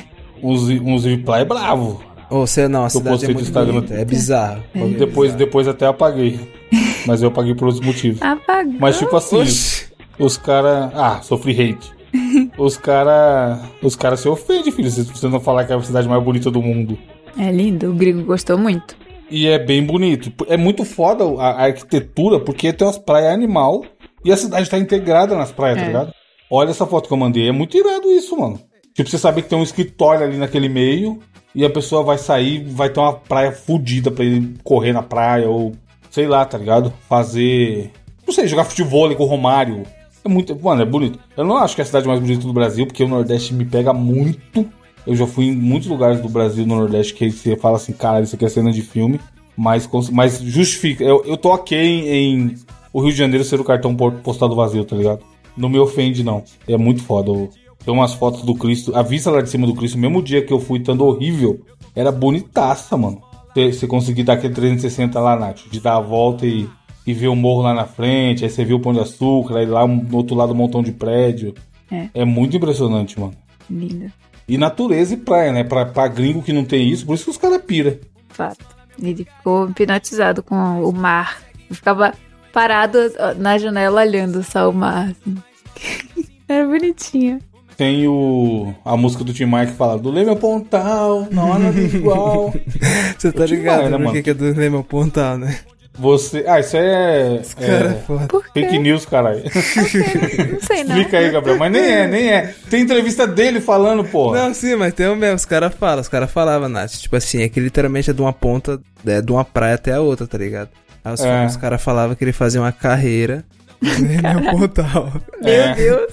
uns reply bravo. Você não, a cidade é muito bonita, é bizarro. Depois até apaguei. Mas eu apaguei por outros motivos. Apagou? Mas tipo assim, os caras... sofri hate. Os caras se ofendem, filho, se você não falar que é a cidade mais bonita do mundo. É lindo, o gringo gostou muito. E é bem bonito. É muito foda a arquitetura, porque tem umas praias animal e a cidade tá integrada nas praias, tá ligado? Olha essa foto que eu mandei, é muito irado isso, mano. Tipo, você saber que tem um escritório ali naquele meio e a pessoa vai sair, vai ter uma praia fodida pra ele correr na praia ou, sei lá, tá ligado? Fazer, não sei, jogar futebol com o Romário. É muito, mano, é bonito. Eu não acho que é a cidade mais bonita do Brasil, porque o Nordeste me pega muito. Eu já fui em muitos lugares do Brasil, no Nordeste, que você fala assim, cara, isso aqui é cena de filme. Mas justifica. Eu tô ok em o Rio de Janeiro ser o cartão postado vazio, tá ligado? Não me ofende, não. É muito foda. Tem umas fotos do Cristo. A vista lá de cima do Cristo, mesmo dia que eu fui, estando horrível, era bonitaça, mano. Você conseguir dar aquele 360 lá, Nath, de dar a volta e ver o morro lá na frente, aí você viu o Pão de Açúcar, aí lá do outro lado um montão de prédio. É muito impressionante, mano. Lindo. E natureza e praia, né? Pra gringo que não tem isso, por isso que os caras piram. Fato. Ele ficou hipnotizado com o mar. Eu ficava parado na janela olhando só o mar. Assim. Era bonitinho. Tem a música do Tim Maia que fala do Lê meu Pontal, não há nada igual. Você tá ligado, né? Por que é do Lê meu Pontal, né? Isso aí é fake news, caralho. Não sei, não. Explica aí, Gabriel. Mas nem é. Tem entrevista dele falando, porra. Não, sim, mas tem o mesmo. Os caras falavam, Nath. Tipo assim, é que literalmente é de uma ponta, de uma praia até a outra, tá ligado? Aí os caras falavam que ele fazia uma carreira no meu Pontal. Meu Deus.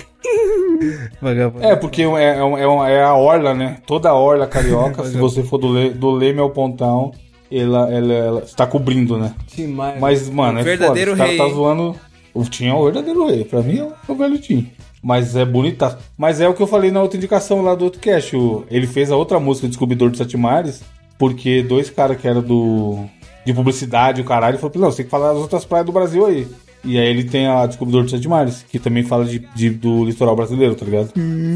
Vagabundo. Porque é a orla, né? Toda a orla carioca, se você for do Lê meu Pontal, ela está cobrindo, né? Demais. Mas, mano, o verdadeiro foda. rei. Tá zoando. Tinha o verdadeiro rei. Pra mim é o velho Tim. Mas é bonita. Mas é o que eu falei na outra indicação lá do outro cast. Ele fez a outra música, Descobridor de Sete Mares, porque dois caras que eram de publicidade, o caralho, falou: não, você tem que falar das outras praias do Brasil aí. E aí ele tem a Descobridor de Sete Mares, que também fala do litoral brasileiro, tá ligado?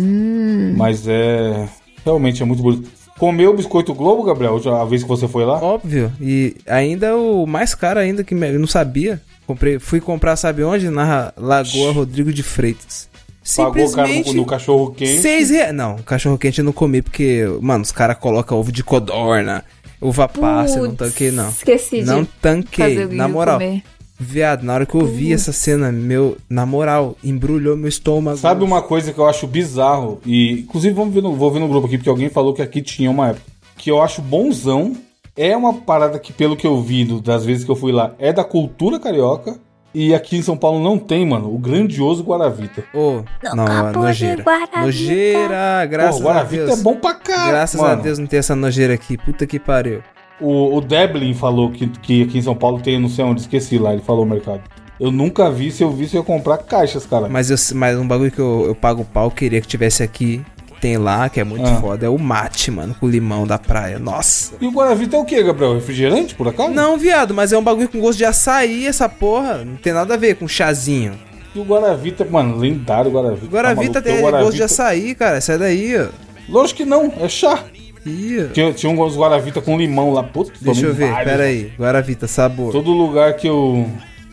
Mas realmente é muito bonito. Comeu o Biscoito Globo, Gabriel, a vez que você foi lá? Óbvio. E ainda o mais caro ainda, que eu não sabia. Fui comprar, sabe onde? Na Lagoa Rodrigo de Freitas. Pagou caro no cachorro quente. R$6. Não, cachorro quente eu não comi, porque, mano, os caras colocam ovo de codorna, uva passa, eu não tanquei, não. Esqueci não de tanquei, fazer o na moral. comer. Viado, na hora que eu vi essa cena, na moral, embrulhou meu estômago. Sabe uma coisa que eu acho bizarro? E, inclusive, vou ver no grupo aqui, porque alguém falou que aqui tinha uma época. Que eu acho bonzão. É uma parada que, pelo que eu vi das vezes que eu fui lá, é da cultura carioca. E aqui em São Paulo não tem, mano, o grandioso Guaravita. Nojeira. Nojeira, graças a Deus. Guaravita é bom pra caralho. Graças a Deus não tem essa nojeira aqui. Puta que pariu. O Deblin falou que aqui em São Paulo tem, não sei onde, esqueci lá, ele falou o mercado. Eu nunca vi, se eu visse eu ia comprar caixas, cara. Mas um bagulho que eu pago pau, queria que tivesse aqui, que tem lá, que é muito foda, é o mate, mano, com limão da praia, nossa. E o Guaravita é o que, Gabriel? Refrigerante, por acaso? Não, viado, mas é um bagulho com gosto de açaí, essa porra, não tem nada a ver com chazinho. E o Guaravita, mano, lendário o Guaravita. O Guaravita tem gosto de açaí, cara, sai daí, ó. Lógico que não, é chá. Tinha uns Guaravita com limão lá, puta. Deixa eu ver, pera aí. Guaravita, sabor. Todo lugar que eu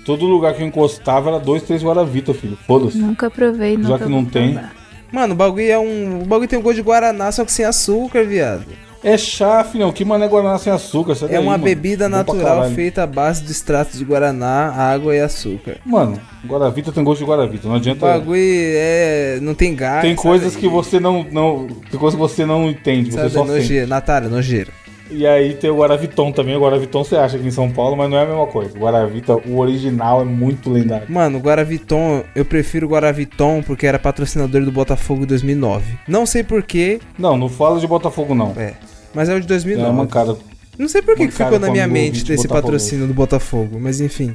encostava era 2, 3 Guaravita, filho. Foda-se. Nunca provei, nunca. Já que não tem. Mano, o bagulho tem um gosto de guaraná, só que sem açúcar, viado. É chá, filhão. Que mané Guaraná sem açúcar? É uma bebida natural feita à base do extrato de guaraná, água e açúcar. Mano, Guaravita tem gosto de Guaravita. Não adianta. O bagulho não tem gás. Tem coisas que você não. Tem coisas que você não entende. Você só nojeira. Natália, nojeira. E aí tem o Guaraviton também. O Guaraviton você acha aqui em São Paulo, mas não é a mesma coisa. O Guaravita, o original, é muito lendário. Mano, o Guaraviton, eu prefiro o Guaraviton porque era patrocinador do Botafogo em 2009. Não sei porquê. Não fala de Botafogo, não. Mas é o de 2009. É uma mancada. Não sei por que ficou na minha mente desse patrocínio do Botafogo, mas enfim.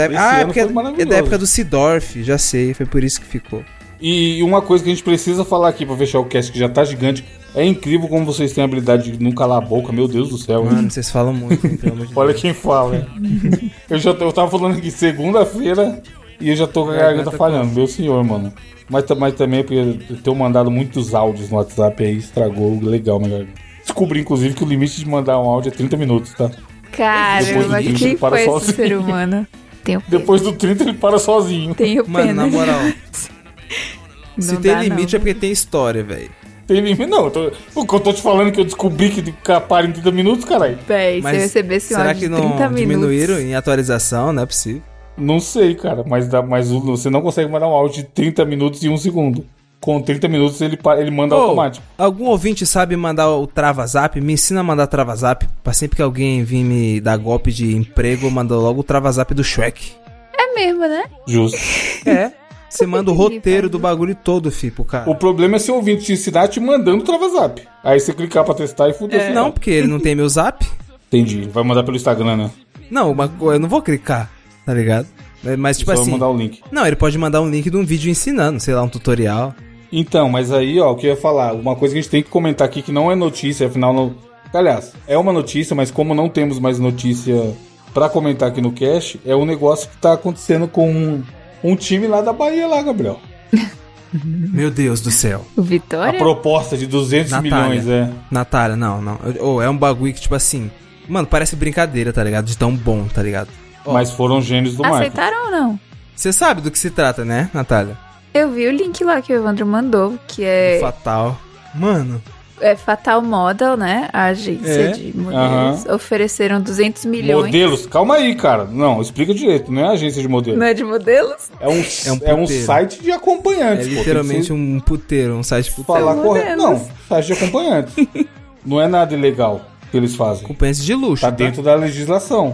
É da época do Sidorf, já sei, foi por isso que ficou. E uma coisa que a gente precisa falar aqui pra fechar o cast, que já tá gigante. É incrível como vocês têm a habilidade de não calar a boca, meu Deus do céu. Mano, vocês falam muito, hein, pelo amor de Deus. Quem fala, hein? Eu tava falando aqui segunda-feira e eu já tô com a garganta falhando, meu senhor, mano. Mas também porque eu tenho mandado muitos áudios no WhatsApp aí, estragou legal minha garganta. Descobri, inclusive, que o limite de mandar um áudio é 30 minutos, tá? Caramba, quem foi esse ser humano? Depois do 30 ele para sozinho. Tenho pena. Mano, na moral. Se tem limite é porque tem história, velho. Tem limite? Não, eu tô te falando que eu descobri que para em 30 minutos, caralho. Véi, se eu recebesse um áudio de 30 minutos... Será que não diminuíram em atualização? Não é possível. Não sei, cara, mas você não consegue mandar um áudio de 30 minutos e 1 segundo. com 30 minutos ele manda automático. Algum ouvinte sabe mandar o Travazap? Me ensina a mandar Travazap, pra sempre que alguém vir me dar golpe de emprego, eu mando logo o Travazap do Shrek. É mesmo, né? Justo. É. Você manda o roteiro do bagulho todo, fi, pro cara. O problema é se o ouvinte te ensinar te mandando o Travazap. Aí você clicar pra testar e fudeu. Não, porque ele não tem meu zap. Entendi. Vai mandar pelo Instagram, né? Não, eu não vou clicar, tá ligado? Mas tipo Só assim... mandar o link. Não, ele pode mandar um link de um vídeo ensinando, sei lá, um tutorial. Então, mas aí, ó, o que eu ia falar, uma coisa que a gente tem que comentar aqui que não é notícia, afinal, não... Aliás, é uma notícia, mas como não temos mais notícia pra comentar aqui no cast, é um negócio que tá acontecendo com um time lá da Bahia, lá, Gabriel. Meu Deus do céu. O Vitória? A proposta de 200 milhões, Natália, não. É um bagulho que, tipo assim... Mano, parece brincadeira, tá ligado? De tão bom, tá ligado? Mas foram gênios do marketing. Aceitaram ou não? Você sabe do que se trata, né, Natália? Eu vi o link lá que o Evandro mandou, que é... Fatal. Mano... É Fatal Model, né? A agência de modelos. Ofereceram 200 milhões. Modelos? Calma aí, cara. Não, explica direito. Não é agência de modelos. Não é de modelos? É um site de acompanhantes. É literalmente um puteiro, um site puteiro. Falar correto. Não, site de acompanhantes. Não é nada ilegal que eles fazem. Acompanhantes de luxo. Tá dentro da legislação.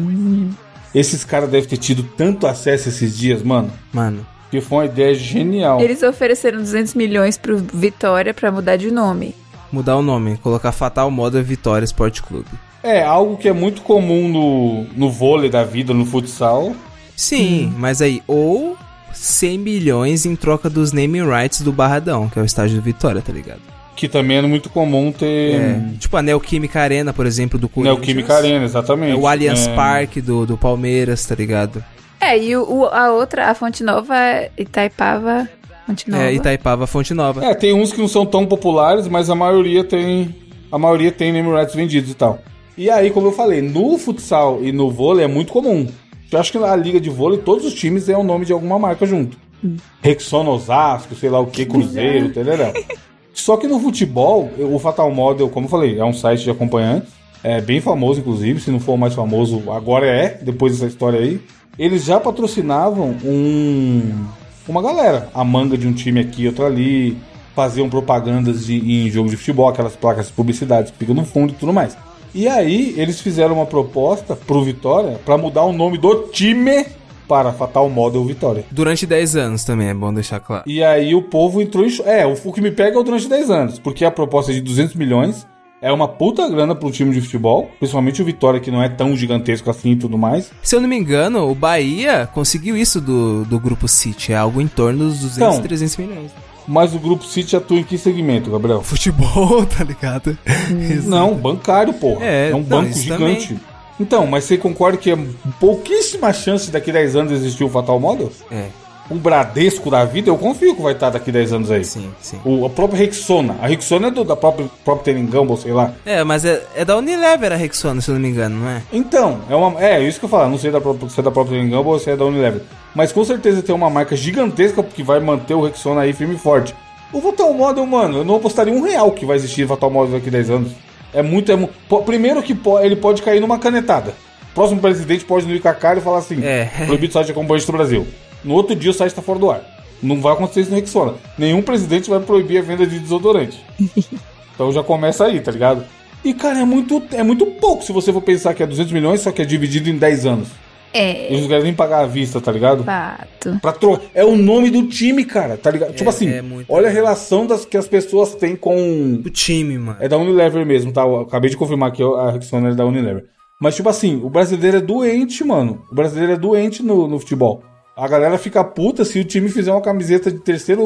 Esses caras devem ter tido tanto acesso esses dias, mano. Que foi uma ideia genial. Eles ofereceram 200 milhões pro Vitória pra mudar de nome. Mudar o nome, colocar Fatal Model Vitória Sport Clube. É, algo que é muito comum no vôlei da vida, no futsal. Sim, mas aí, ou 100 milhões em troca dos naming rights do Barradão, que é o estádio do Vitória, tá ligado? Que também é muito comum ter... tipo a Neoquímica Arena, por exemplo, do Corinthians. Neoquímica Arena, exatamente. O Allianz Parque do Palmeiras, tá ligado? E a outra, a Fonte Nova, Itaipava... Fonte Nova. Itaipava, Fonte Nova. Tem uns que não são tão populares, mas a maioria tem name rights vendidos e tal. E aí, como eu falei, no futsal e no vôlei é muito comum. Eu acho que na liga de vôlei, todos os times é o nome de alguma marca junto. Rexona Osasco, sei lá o que, Cruzeiro, entendeu? Só que no futebol, o Fatal Model, como eu falei, é um site de acompanhantes. É bem famoso, inclusive. Se não for o mais famoso, agora depois dessa história aí. Eles já patrocinavam uma galera, a manga de um time aqui, outro ali, faziam propagandas em jogo de futebol, aquelas placas de publicidade que ficam no fundo e tudo mais. E aí, eles fizeram uma proposta pro Vitória pra mudar o nome do time para Fatal Model Vitória. Durante 10 anos também, é bom deixar claro. E aí o povo entrou o que me pega é durante 10 anos, porque a proposta é de 200 milhões é uma puta grana pro time de futebol, principalmente o Vitória, que não é tão gigantesco assim e tudo mais. Se eu não me engano, o Bahia conseguiu isso do Grupo City, é algo em torno dos 200, 300 milhões. Mas o Grupo City atua em que segmento, Gabriel? Futebol, tá ligado? Não, bancário, porra. É um banco gigante. Também. Então, mas você concorda que é pouquíssima chance daqui a 10 anos existir o Fatal Model? Um Bradesco da vida, eu confio que vai estar daqui a 10 anos aí. Sim. A própria Rexona. A Rexona é da própria Procter & Gamble, sei lá. Mas é da Unilever a Rexona, se eu não me engano, não é? Então, é isso que eu falo. Não sei se é da Procter & Gamble ou se é da Unilever. Mas com certeza tem uma marca gigantesca que vai manter o Rexona aí firme e forte. O Fatal Model, mano, eu não apostaria R$1 que vai existir Fatal Model daqui a 10 anos. Primeiro que ele pode cair numa canetada. O próximo presidente pode ir com a cara e falar assim: proibido site de acompanhante do Brasil. No outro dia o site tá fora do ar. Não vai acontecer isso no Rexona. Nenhum presidente vai proibir a venda de desodorante. Então já começa aí, tá ligado? E, cara, é muito pouco se você for pensar que é 200 milhões, só que é dividido em 10 anos. Eles não querem nem pagar à vista, tá ligado? Fato. É o nome do time, cara, tá ligado? Tipo assim, olha a relação que as pessoas têm com... O time, mano. É da Unilever mesmo, tá? Eu acabei de confirmar que a Rexona é da Unilever. Mas, tipo assim, o brasileiro é doente, mano. O brasileiro é doente no futebol. A galera fica puta se o time fizer uma camiseta de terceiro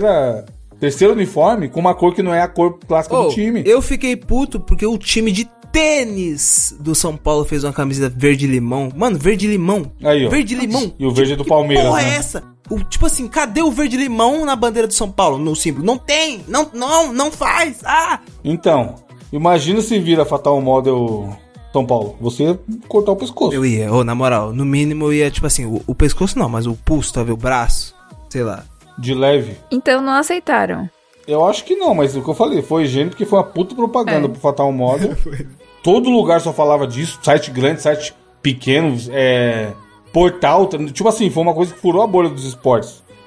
uniforme com uma cor que não é a cor clássica do time. Eu fiquei puto porque o time de tênis do São Paulo fez uma camiseta verde-limão. Mano, verde-limão. Aí, ó. Verde-limão. E o verde é do Palmeiras, que porra é essa? Tipo assim, cadê o verde-limão na bandeira do São Paulo, no símbolo? Não tem! Não faz! Então, imagina se vira Fatal Model São Paulo. Você ia cortar o pescoço. Eu ia, na moral, no mínimo eu ia, tipo assim, o pescoço não, mas o pulso, talvez o braço, sei lá. De leve. Então não aceitaram. Eu acho que não, mas o que eu falei, foi gênio porque foi uma puta propaganda pro Fatal Model. Todo lugar só falava disso, site grande, site pequeno, portal, tipo assim, foi uma coisa que furou a bolha dos esportes.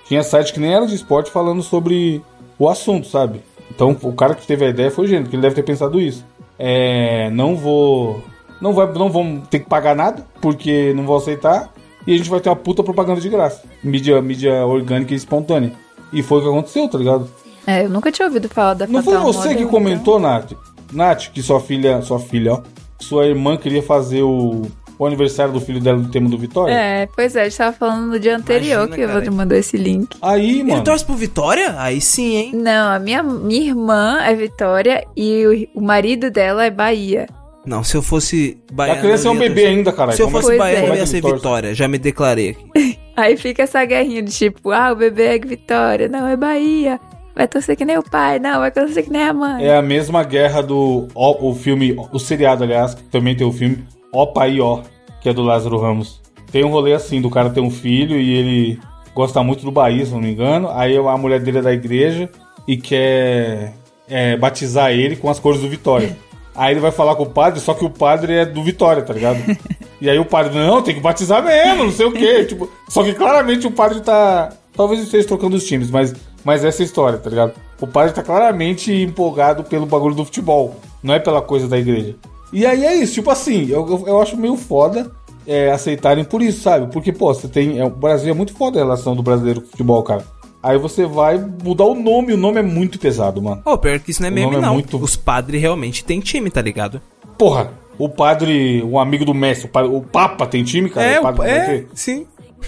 Tinha site que nem era de esporte falando sobre o assunto, sabe? Então o cara que teve a ideia foi gênio, que ele deve ter pensado isso. Não vamos ter que pagar nada, porque não vão aceitar, e a gente vai ter uma puta propaganda de graça. Mídia orgânica e espontânea. E foi o que aconteceu, tá ligado? Eu nunca tinha ouvido falar da Não Fatal foi você Model, que comentou, Nath? Nath, que sua irmã queria fazer o aniversário do filho dela do tema do Vitória? Pois é, a gente tava falando no dia anterior. Imagina, que o Evandro mandou esse link. Aí, mano... Ele torce pro Vitória? Aí sim, hein? Não, a minha irmã é Vitória e o marido dela é Bahia. Não, se eu fosse baiano... Ela queria ser um bebê ainda, caralho. Se eu fosse baiano, eu ia ser Vitória. Já me declarei aqui. Aí fica essa guerrinha de tipo, o bebê é Vitória, não, é Bahia. Vai torcer que nem o pai, não, vai torcer que nem a mãe. É a mesma guerra do o filme, o seriado, aliás, que também tem o filme Ó Pai Ó, que é do Lázaro Ramos. Tem um rolê assim, do cara ter um filho e ele gosta muito do Bahia, se não me engano. Aí a mulher dele é da igreja e quer batizar ele com as cores do Vitória. Aí ele vai falar com o padre, só que o padre é do Vitória, tá ligado? E aí o padre, não, tem que batizar mesmo, não sei o quê. Tipo, só que claramente o padre tá... Talvez esteja trocando os times, mas essa é a história, tá ligado? O padre tá claramente empolgado pelo bagulho do futebol, não é pela coisa da igreja. E aí é isso, tipo assim, eu acho meio foda aceitarem por isso, sabe? Porque, pô, você tem... o Brasil é muito foda a relação do brasileiro com o futebol, cara. Aí você vai mudar o nome é muito pesado, mano. Pior que isso não é meme, não. Os padres realmente têm time, tá ligado? Porra, o padre, um amigo do Messi, o Papa tem time, cara? O padre sim.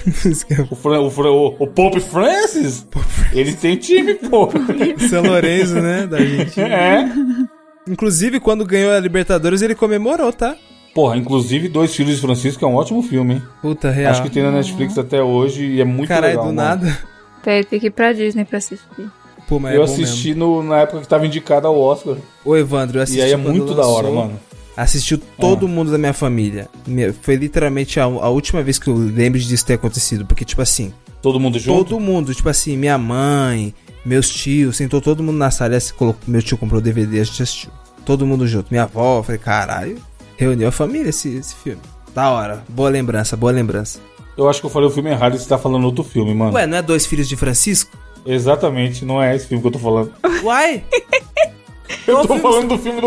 O Pope Francis, ele tem time, pô. São Lourenço, né, da Argentina. Inclusive, quando ganhou a Libertadores, ele comemorou, tá? Porra, inclusive, Dois Filhos de Francisco é um ótimo filme, hein? Puta, real. Acho que tem na Netflix até hoje e é muito legal. Caralho, do nada. Tem que ir pra Disney pra assistir. Pô, mas eu assisti na época que tava indicado ao Oscar. Ô, Evandro, eu assisti. E aí é muito da hora, mano. Assistiu todo mundo da minha família. Foi literalmente a última vez que eu lembro disso ter acontecido. Porque, tipo assim... Todo mundo junto? Todo mundo. Tipo assim, minha mãe, meus tios, sentou todo mundo na sala. Meu tio comprou o DVD, a gente assistiu. Todo mundo junto. Minha avó, eu falei, caralho. Reuniu a família esse filme. Da hora. Boa lembrança, boa lembrança. Eu acho que eu falei o filme errado e você tá falando outro filme, mano. Ué, não é Dois Filhos de Francisco? Exatamente, não é esse filme que eu tô falando. Uai? Eu tô falando do filme do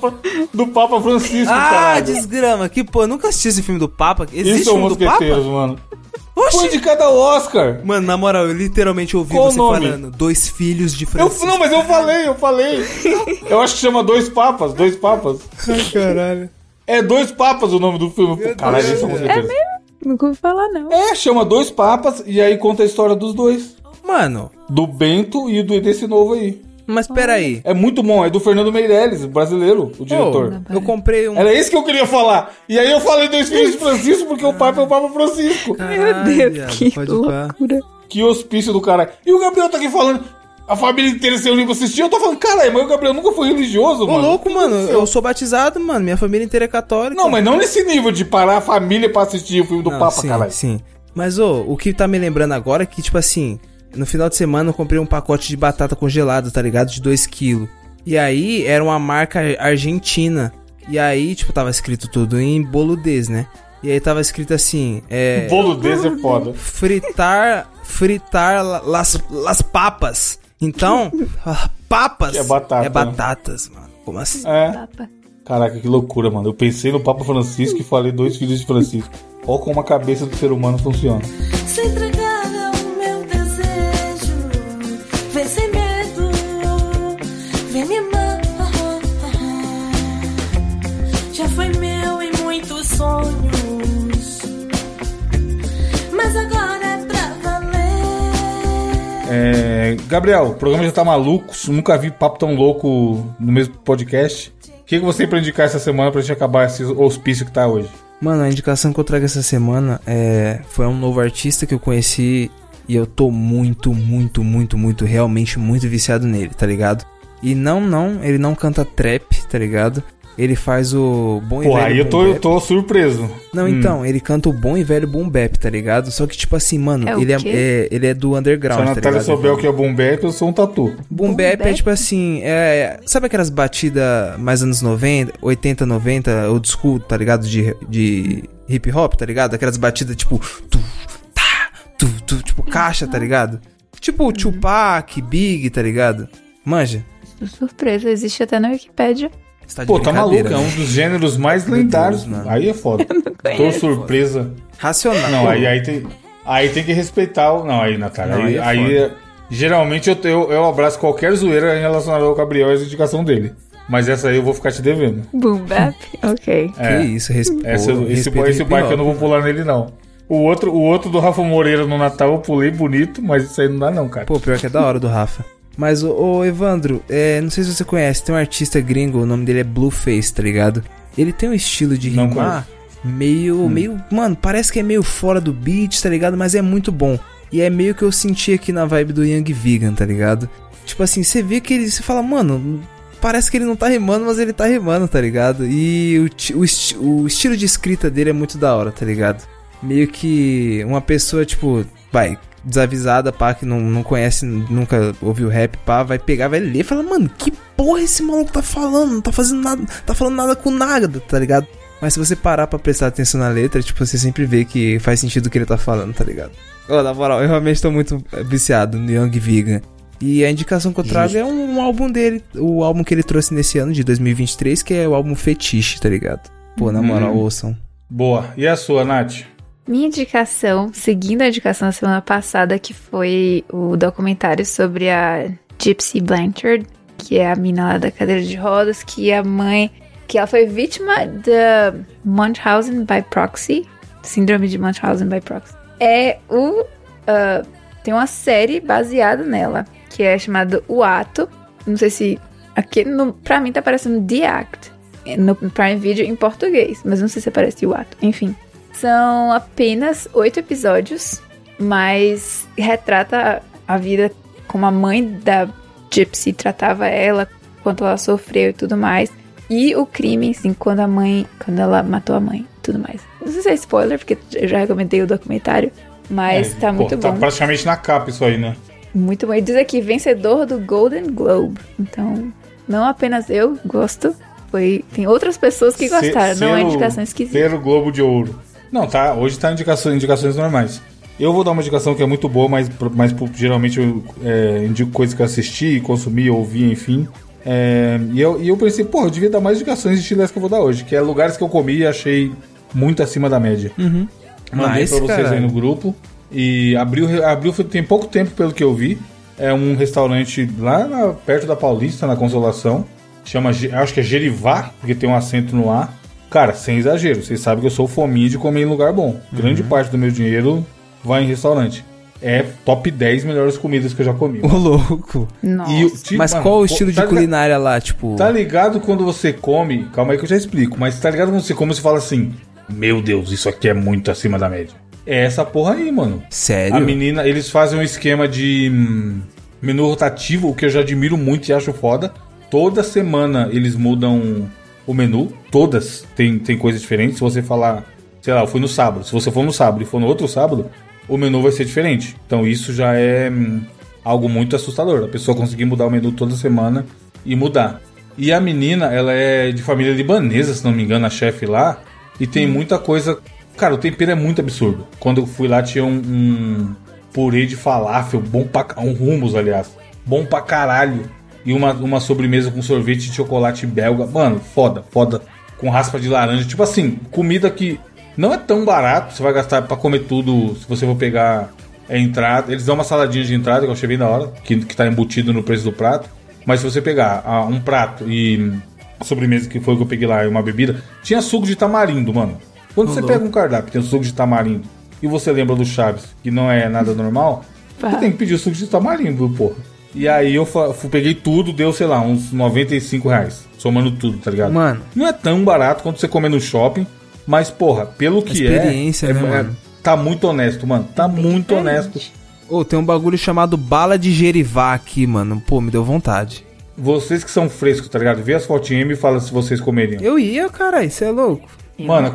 Papa Francisco, cara. Desgrama. Que, pô, eu nunca assisti esse filme do Papa. Existe isso é o filme do Papa? Mano. Oxi. Foi indicado ao Oscar. Mano, na moral, eu literalmente ouvi Qual você nome? falando Dois Filhos de Francisco. Não, mas eu falei. Eu acho que chama Dois Papas. Ai, caralho. É Dois Papas o nome do filme. Caralho, isso é com certeza. É mesmo? Nunca ouvi falar, não. Chama Dois Papas e aí conta a história dos dois. Mano. Do Bento e desse novo aí. Mas peraí. É muito bom, é do Fernando Meirelles, brasileiro, o diretor. Eu comprei um... Era isso que eu queria falar. E aí eu falei Dois Filhos de Francisco porque o Papa é o Papa Francisco. Caralho, meu Deus, que loucura. Que hospício do caralho. E o Gabriel tá aqui falando... A família inteira se reuniu pra assistir. Eu tô falando, caralho, mas o Gabriel nunca foi religioso, mano. Ô, louco, mano. Eu sou batizado, mano. Minha família inteira é católica. Não, mas não nesse nível de parar a família pra assistir o filme do Papa, sim, caralho. Sim. Mas, o que tá me lembrando agora é que, tipo assim, no final de semana eu comprei um pacote de batata congelada, tá ligado? De 2 kg. E aí, era uma marca argentina. E aí, tipo, tava escrito tudo em boludez, né? E aí tava escrito assim... Boludez é foda. Fritar las papas. Então, papas que é batata, batatas, mano. Como assim? Caraca, que loucura, mano. Eu pensei no Papa Francisco e falei Dois Filhos de Francisco. Olha como a cabeça do ser humano funciona. Se entregar ao meu desejo, vem sem medo, vem me amar. Já foi meu em muitos sonhos, mas agora é pra valer. Gabriel, o programa já tá maluco. Nunca vi papo tão louco no mesmo podcast. O que você tem pra indicar essa semana pra gente acabar esse hospício que tá hoje? Mano, a indicação que eu trago essa semana foi um novo artista que eu conheci e eu tô realmente muito viciado nele, tá ligado? E ele não canta trap, tá ligado? Ele faz o bom e velho aí eu tô surpreso. Não, então, ele canta o bom e velho boom bap, tá ligado? Só que, tipo assim, mano, ele é do underground, tá ligado? Se a Natália souber o que é boom bap, eu sou um tatu. Boom bap é tipo assim, sabe aquelas batidas mais anos 90, 80, 90, old school, tá ligado? De hip hop, tá ligado? Aquelas batidas tipo... tipo caixa, tá ligado? Tipo o Tupac, Big, tá ligado? Manja. Surpresa, existe até na Wikipédia. Você de Pô, tá brincadeira, maluco, é um dos gêneros mais lendários. Deus, mano. Aí é foda. Tô conheço. surpresa. Racional. Não, aí tem que respeitar o... Não, aí, Natália. Não, Aí, aí é geralmente eu abraço qualquer zoeira relacionada ao Gabriel e a indicação dele. Mas essa aí eu vou ficar te devendo. Boom Bap? Ok. É. Que isso, Esse bike eu não vou pular nele, não. O outro do Rafa Moreira no Natal eu pulei bonito, mas isso aí não dá não, cara. Pô, pior que é da hora do Rafa. Mas, ô Evandro, não sei se você conhece, tem um artista gringo, o nome dele é Blueface, tá ligado? Ele tem um estilo de Não rimar meio... Mano, parece que é meio fora do beat, tá ligado? Mas é muito bom. E é meio que eu senti aqui na vibe do Young Vegan, tá ligado? Tipo assim, você vê que ele... Você fala, mano... Parece que ele não tá rimando, mas ele tá rimando, tá ligado? E o estilo de escrita dele é muito da hora, tá ligado? Meio que uma pessoa, tipo, desavisada, pá, que não conhece, nunca ouviu rap, pá, vai pegar, vai ler e fala, mano, que porra esse maluco tá falando? Não tá fazendo nada, tá falando nada com nada, tá ligado? Mas se você parar pra prestar atenção na letra, tipo, você sempre vê que faz sentido o que ele tá falando, tá ligado? Na moral, eu realmente tô muito viciado no Young Vegan. E a indicação que eu trago é um álbum dele, o álbum que ele trouxe nesse ano de 2023, que é o álbum Fetiche, tá ligado? Pô, na moral, ouçam. Boa. E a sua, Nath? Minha indicação, seguindo a indicação da semana passada, que foi o documentário sobre a Gypsy Blanchard, que é a mina lá da cadeira de rodas, que a mãe... que ela foi vítima da Munchausen by proxy, síndrome de Munchausen by proxy. Tem uma série baseada nela, que é chamada O Ato. Não sei se... Aqui, pra mim, tá aparecendo The Act, no Prime Video em português, mas não sei se aparece O Ato. Enfim, são apenas 8 episódios, mas retrata a vida como a mãe da Gypsy tratava ela, quanto ela sofreu e tudo mais. E o crime, assim, quando ela matou a mãe e tudo mais. Não sei se é spoiler, porque eu já recomendei o documentário, mas tá muito bom. Tá praticamente na capa isso aí, né? Muito bom. E diz aqui, vencedor do Golden Globe. Então, não apenas eu gosto, tem outras pessoas que gostaram, não é indicação esquisita. Ter o Globo de Ouro. Não, tá, hoje tá indicações normais. Eu vou dar uma indicação que é muito boa, mas geralmente eu indico coisas que eu assisti, consumi, ouvi, enfim. E eu pensei, eu devia dar mais indicações de estilo que eu vou dar hoje, que é lugares que eu comi e achei muito acima da média. Uhum. Mandei pra vocês aí no grupo. E abriu tem pouco tempo, pelo que eu vi. É um restaurante lá perto da Paulista, na Consolação. Chama, acho que é Gerivá, porque tem um acento no A. Cara, sem exagero, vocês sabem que eu sou fominha de comer em lugar bom. Grande parte do meu dinheiro vai em restaurante. É top 10 melhores comidas que eu já comi. Ô, louco. Nossa. Mas qual o estilo de culinária lá, tipo... Tá ligado quando você come... Calma aí que eu já explico. Mas tá ligado quando você come e você fala assim... Meu Deus, isso aqui é muito acima da média. É essa porra aí, mano. Sério? A menina... Eles fazem um esquema de menu rotativo, o que eu já admiro muito e acho foda. Toda semana eles mudam o menu. Todas tem coisa diferente. Se você falar... Sei lá, eu fui no sábado. Se você for no sábado e for no outro sábado... O menu vai ser diferente. Então isso já é algo muito assustador. A pessoa conseguir mudar o menu toda semana e mudar. E a menina, ela é de família libanesa, se não me engano, a chefe lá. E tem muita coisa... Cara, o tempero é muito absurdo. Quando eu fui lá tinha um purê de falafel, um hummus, aliás. Bom pra caralho. E uma sobremesa com sorvete de chocolate belga. Mano, foda. Com raspa de laranja. Tipo assim, comida que... Não é tão barato, você vai gastar pra comer tudo. Se você for pegar entrada, eles dão uma saladinha de entrada que eu achei bem da hora, que tá embutido no preço do prato. Mas se você pegar um prato e a sobremesa, que foi o que eu peguei lá, e uma bebida, tinha suco de tamarindo, mano. Quando você pega um cardápio, tem suco de tamarindo, e você lembra do Chaves, que não é nada normal, você tem que pedir o suco de tamarindo, porra. E aí eu peguei tudo, deu, sei lá, uns R$95, somando tudo, tá ligado? Mano, não é tão barato quanto você comer no shopping. Mas, porra, pelo que experiência, né, mano? Tá muito honesto, mano. Tá muito honesto. Tem um bagulho chamado bala de Gerivá aqui, mano. Pô, me deu vontade. Vocês que são frescos, tá ligado? Vê as fotinhas e me fala se vocês comeriam. Eu ia, caralho. Você é louco. Mano,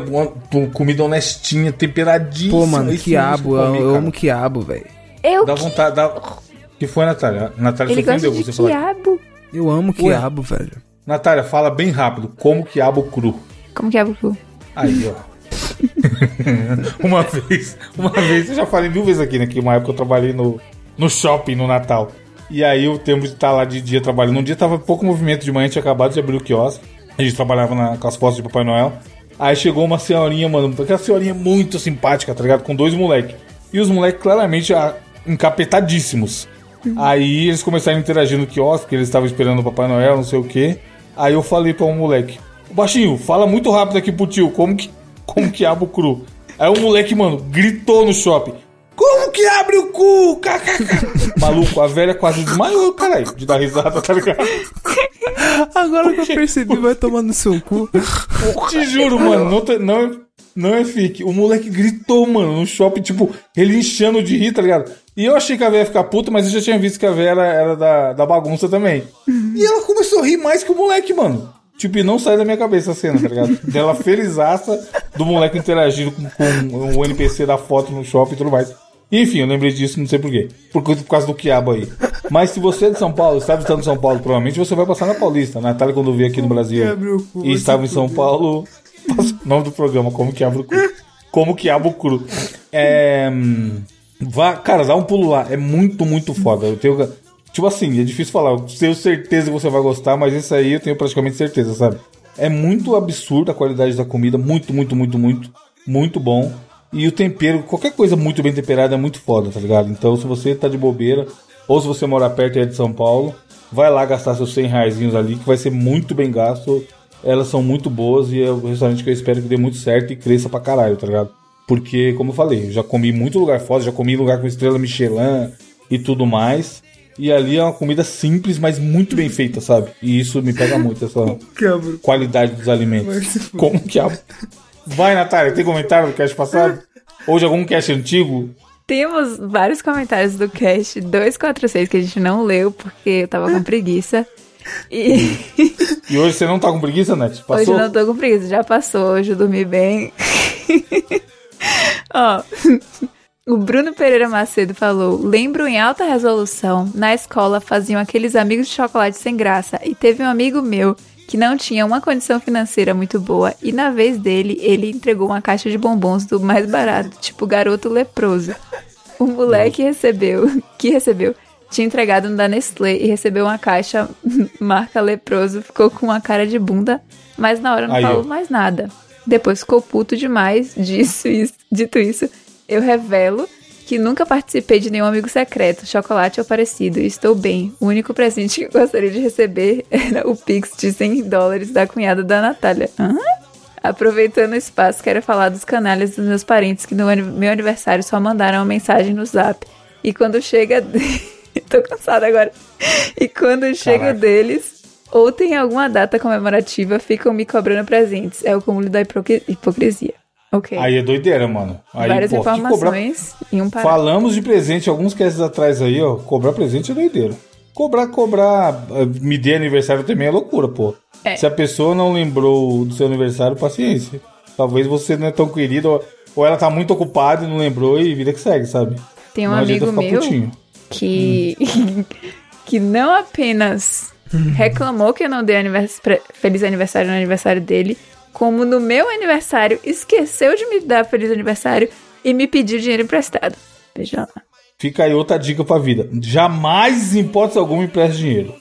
comida honestinha, temperadíssima. Pô, mano, quiabo. Eu amo quiabo, velho. Dá vontade. Que foi, Natália? Natália se ofendeu você falar. Quiabo. Eu amo quiabo, velho. Natália, fala bem rápido. Como quiabo cru. Como quiabo cru? Aí, ó. uma vez, eu já falei 1000 vezes aqui, né? Que uma época eu trabalhei no shopping no Natal. E aí o tempo de estar lá de dia trabalhando. Um dia tava pouco movimento de manhã, tinha acabado de abrir o quiosque. A gente trabalhava com as fotos de Papai Noel. Aí chegou uma senhorinha, mano, aquela senhorinha muito simpática, tá ligado? Com 2 moleques. E os moleques claramente encapetadíssimos. Aí eles começaram a interagir no quiosque, eles estavam esperando o Papai Noel, não sei o quê. Aí eu falei pra um moleque: baixinho, fala muito rápido aqui pro tio, como que abre o cru? Aí o moleque, mano, gritou no shopping: como que abre o cu? Maluco, a velha quase desmaiou, caralho, de dar risada, tá ligado? Agora que eu percebi, vai tomar no seu cu. Te juro, mano, não é fique. O moleque gritou, mano, no shopping, tipo, ele enchendo de rir, tá ligado? E eu achei que a véia ia ficar puta, mas eu já tinha visto que a véia era da bagunça também. E ela começou a rir mais que o moleque, mano. Tipo, e não sai da minha cabeça a cena, tá ligado? Dela felizaça do moleque interagindo com o NPC da foto no shopping e tudo mais. Enfim, eu lembrei disso, não sei porquê. Por causa do quiabo aí. Mas se você é de São Paulo, está visitando São Paulo, provavelmente você vai passar na Paulista. A Natália, quando veio aqui no Brasil e estava em São Paulo, o nome do programa, Como que Abre o Cru. Como que Abre o Cru. Cara, dá um pulo lá. É muito, muito foda. Eu tenho... Tipo assim, é difícil falar. Eu tenho certeza que você vai gostar, mas esse aí eu tenho praticamente certeza, sabe? É muito absurdo a qualidade da comida. Muito, muito, muito, muito. Muito bom. E o tempero, qualquer coisa muito bem temperada é muito foda, tá ligado? Então, se você tá de bobeira, ou se você mora perto aí de São Paulo, vai lá gastar seus 100 reaisinhos ali, que vai ser muito bem gasto. Elas são muito boas e é um restaurante que eu espero que dê muito certo e cresça pra caralho, tá ligado? Porque, como eu falei, eu já comi muito lugar foda, já comi em lugar com estrela Michelin e tudo mais. E ali é uma comida simples, mas muito bem feita, sabe? E isso me pega muito, essa qualidade dos alimentos. Como que abre? Vai, Natália, tem comentário do cast passado? Ou de algum cast antigo? Temos vários comentários do cast 246 que a gente não leu porque eu tava com preguiça. E hoje você não tá com preguiça, Nath? Passou? Hoje eu não tô com preguiça, já passou, hoje eu dormi bem. Ó, o Bruno Pereira Macedo falou: lembro em alta resolução, na escola faziam aqueles amigos de chocolate sem graça e teve um amigo meu que não tinha uma condição financeira muito boa e na vez dele, ele entregou uma caixa de bombons do mais barato, tipo garoto leproso. O moleque que recebeu, tinha entregado no da Nestlé e recebeu uma caixa marca leproso, ficou com uma cara de bunda, mas na hora não falou mais nada. Depois ficou puto demais, dito isso, eu revelo que nunca participei de nenhum amigo secreto, chocolate ou parecido, e estou bem. O único presente que eu gostaria de receber era o Pix de $100 da cunhada da Natália. Aproveitando o espaço, quero falar dos canalhas dos meus parentes que no meu aniversário só mandaram uma mensagem no Zap. E quando chega... Tô cansada agora. E quando chega deles, ou tem alguma data comemorativa, ficam me cobrando presentes. É o cúmulo da hipocrisia. Ok. Aí é doideira, mano. Aí, várias informações em um parágrafo. Falamos de presente alguns casts atrás aí, ó. Cobrar presente é doideira. Cobrar, me dê aniversário também é loucura, pô. Se a pessoa não lembrou do seu aniversário, paciência. Talvez você não é tão querido, ou ela tá muito ocupada e não lembrou e vida que segue, sabe? Tem um amigo meu que não apenas reclamou que eu não dei feliz aniversário no aniversário dele, como no meu aniversário esqueceu de me dar feliz aniversário e me pediu dinheiro emprestado. Veja lá. Fica aí outra dica pra vida. Jamais, em hipótese alguma, empreste dinheiro.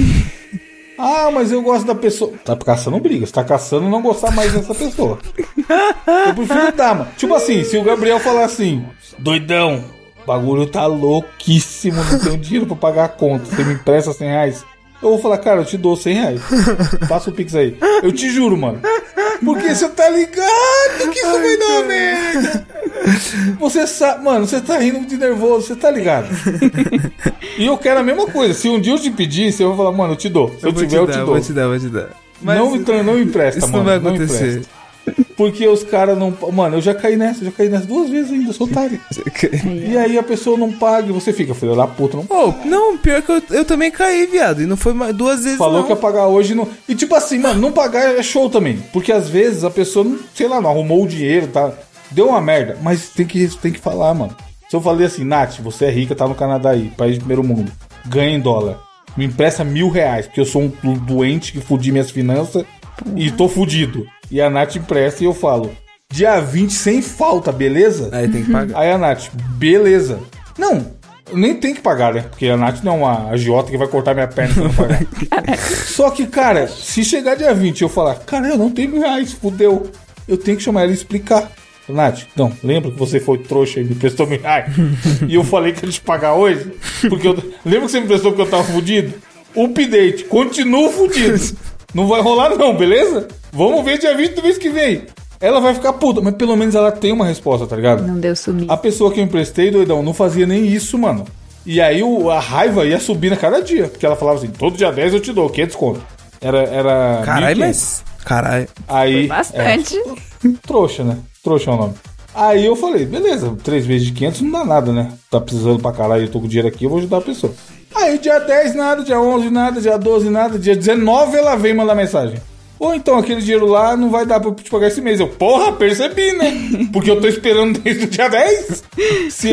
Mas eu gosto da pessoa. Tá caçando briga. Você tá caçando não gostar mais dessa pessoa. Eu prefiro dar, mano. Tipo assim, se o Gabriel falar assim: doidão, o bagulho tá louquíssimo, não tenho dinheiro pra pagar a conta, você me empresta 100 reais? Eu vou falar, cara, eu te dou 100 reais. Passa o Pix aí. Eu te juro, mano. Porque você tá ligado que isso vai dar uma merda. Você sabe, mano, você tá rindo de nervoso, você tá ligado. E eu quero a mesma coisa. Se um dia eu te pedir, você vai falar, mano, eu te dou. Se eu tiver, eu te dou. Vou te dar. Mas não me empresta, isso mano. Não vai acontecer. Porque os caras não... Mano, eu já caí nessa 2 vezes ainda, sou otário. E aí a pessoa não paga e você fica, filho da puta, não paga. Não, pior que eu também caí, viado. E não foi 2 vezes. Falou que ia pagar hoje não... E tipo assim, mano, não pagar é show também. Porque às vezes a pessoa, não, sei lá, não arrumou o dinheiro, tá? Deu uma merda. Mas tem que falar, mano. Se eu falei assim, Nath, você é rica, tá no Canadá aí, país de primeiro mundo, ganha em dólar, me empresta R$1.000, porque eu sou um doente que fudi minhas finanças e tô fudido. E a Nath empresta e eu falo, dia 20 sem falta, beleza? Aí tem que pagar. Aí a Nath, beleza. Não, nem tem que pagar, né? Porque a Nath não é uma agiota que vai cortar minha perna se eu não pagar. Só que, cara, se chegar dia 20 e eu falar, cara, eu não tenho R$1.000, fudeu. Eu tenho que chamar ela e explicar. Nath, não, lembra que você foi trouxa e me prestou R$1.000? E eu falei que ia te pagar hoje? Porque lembra que você me prestou porque eu tava fudido? Update, continuo fudido. Não vai rolar não, beleza? Vamos ver dia 20 do mês que vem. Ela vai ficar puta, mas pelo menos ela tem uma resposta, tá ligado? Não deu sumir. A pessoa que eu emprestei, doidão, não fazia nem isso, mano. E aí a raiva ia subir a cada dia. Porque ela falava assim, todo dia 10 eu te dou, 500 conto. Era Caralho, mas... Caralho. Aí, foi bastante. Trouxa, né? Trouxa é o nome. Aí eu falei, beleza, 3 vezes de 500 não dá nada, né? Tá precisando pra caralho, eu tô com dinheiro aqui, eu vou ajudar a pessoa. Aí dia 10 nada, dia 11 nada, dia 12 nada, dia 19 ela vem mandar mensagem. Ou então aquele dinheiro lá não vai dar pra te pagar esse mês. Eu, porra, percebi, né? Porque eu tô esperando desde o dia 10. Se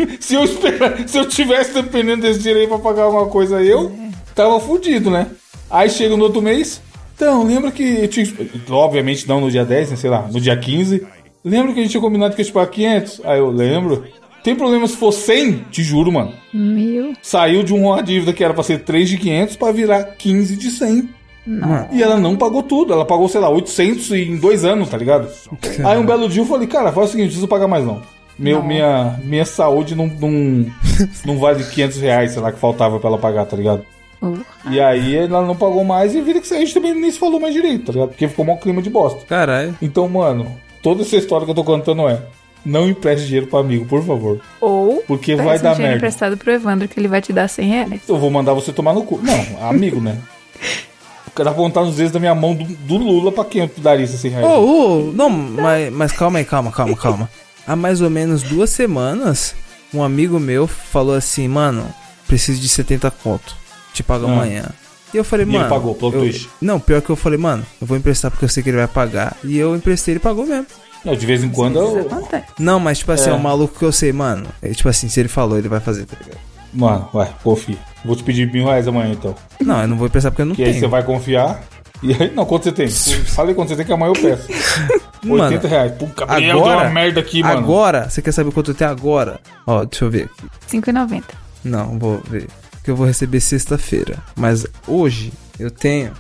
eu tivesse dependendo desse dinheiro aí pra pagar alguma coisa, eu tava fudido, né? Aí chega no outro mês. Então, lembra que eu tinha... Obviamente não no dia 10, né? Sei lá, no dia 15. Lembra que a gente tinha combinado que ia te pagar 500? Aí eu lembro. Tem problema se for 100? Te juro, mano. Saiu de uma dívida que era pra ser 3 de 500 pra virar 15 de 100. Não. E ela não pagou tudo, ela pagou, sei lá, 800 em 2 anos, tá ligado? Aí um belo dia eu falei, cara, faz o seguinte, não preciso pagar mais não. Minha saúde não vale R$500, sei lá, que faltava pra ela pagar, tá ligado? E aí ela não pagou mais e vira que a gente também nem se falou mais direito, tá ligado? Porque ficou um clima de bosta. Caralho. Então, mano, toda essa história que eu tô contando não empreste dinheiro pro amigo, por favor. Ou porque vai dar merda. Emprestado pro Evandro que ele vai te dar R$100. Eu vou mandar você tomar no cu. Não, amigo, né? O cara vai apontar nos dedos da minha mão do Lula pra quem eu daria esses R$100. Não, mas calma aí, calma. Há mais ou menos 2 semanas, um amigo meu falou assim, mano, preciso de 70 conto, te pago amanhã. E eu falei, mano... ele pagou, plot twist. Não, pior que eu falei, mano, eu vou emprestar porque eu sei que ele vai pagar. E eu emprestei, ele pagou mesmo. Não, de vez em quando eu... Não, mas tipo assim, é um maluco que eu sei, mano. Tipo assim, se ele falou, ele vai fazer, tá ligado? Mano, vai, confia. Vou te pedir R$1.000 amanhã, então. Não, eu não vou emprestar porque eu não tenho. Que aí você vai confiar. E aí, não, quanto você tem? Falei quanto você tem que amanhã eu peço. Mano, R$80. Pô, Gabriel, agora, deu uma merda aqui, mano. Agora, você quer saber quanto eu tenho agora? Ó, deixa eu ver aqui. R$5,90. Não, vou ver. Que eu vou receber sexta-feira. Mas hoje eu tenho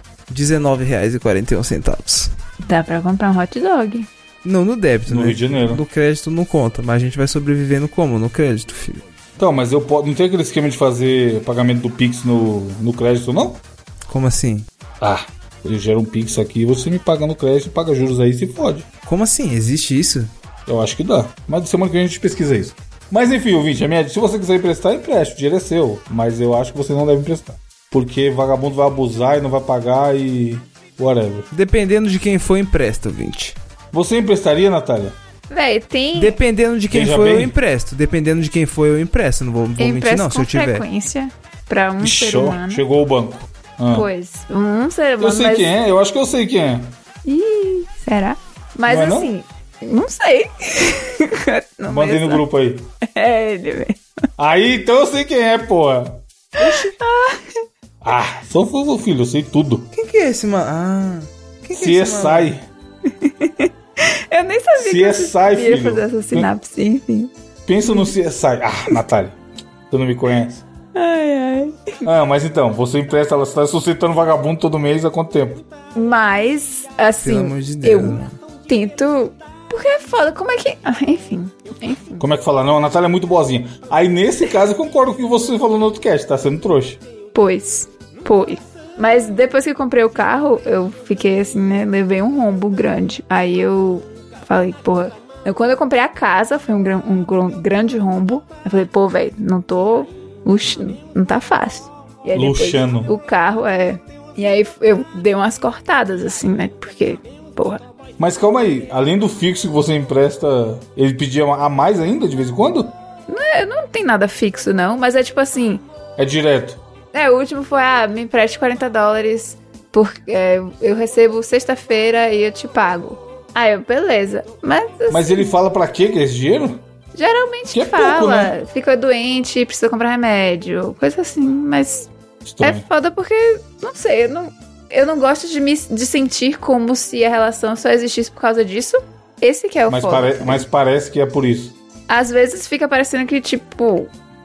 R$19,41. Dá pra comprar um hot dog. Não no débito, no né? Rio de Janeiro. No crédito não conta, mas a gente vai sobrevivendo como? No crédito, filho. Então, mas eu posso. Não tem aquele esquema de fazer pagamento do Pix no crédito, não? Como assim? Ah, eu gero um Pix aqui, você me paga no crédito, paga juros aí e se fode. Como assim? Existe isso? Eu acho que dá. Mas semana que vem a gente pesquisa isso. Mas enfim, ouvinte, se você quiser emprestar, empreste. O dinheiro é seu. Mas eu acho que você não deve emprestar. Porque vagabundo vai abusar e não vai pagar e... whatever. Dependendo de quem for, empresta, ouvinte. Você emprestaria, Natália? Véi, tem... Dependendo de quem Veja for, bem. eu empresto. Dependendo de quem for, eu empresto. Não vou mentir, não, se eu tiver. frequência pra um ser humano. Chegou o banco. Pois, um ser humano... Eu sei quem é, eu acho que eu sei quem é. Ih, será? Mas Não é, assim, não sei. Não Mandei no grupo aí. É ele, velho. Aí, então eu sei quem é, porra. Sou filho, eu sei tudo. Quem que é esse, mano? Ah, quem que é esse, mano? CSI. Eu nem sabia que CSI, você ia filho. fazer essa sinapse, enfim. Pensa no CSI. Natália, você não me conhece. Ai. Mas então, você empresta, você tá suscitando vagabundo todo mês há quanto tempo? Mas, assim, Pelo amor de Deus, eu mano. tento... Porque é foda, como é que... enfim. Como é que fala? Não, a Natália é muito boazinha. Aí, nesse caso, eu concordo com o que você falou no outro cast, tá sendo trouxa. Pois. Mas depois que eu comprei o carro, eu fiquei assim, né? Levei um rombo grande. Aí eu falei, porra... Quando eu comprei a casa, foi um grande rombo. Eu falei, pô, velho, não tá fácil. E aí Luxando. depois, o carro, E aí eu dei umas cortadas, assim, né? Porque, porra... Mas calma aí, além do fixo que você empresta, ele pedia a mais ainda, de vez em quando? Não tem nada fixo, não. Mas é tipo assim... É direto. O último foi, me empreste $40, porque eu recebo sexta-feira e eu te pago. Aí eu, beleza. Mas, assim, Mas ele fala pra quê que é esse dinheiro? geralmente que é fala, pouco, né? Fica doente, precisa comprar remédio, coisa assim, mas Estranho. é foda porque, não sei, eu não gosto de sentir como se a relação só existisse por causa disso. Esse que é o foda. Mas parece que é por isso. Às vezes fica parecendo que, tipo,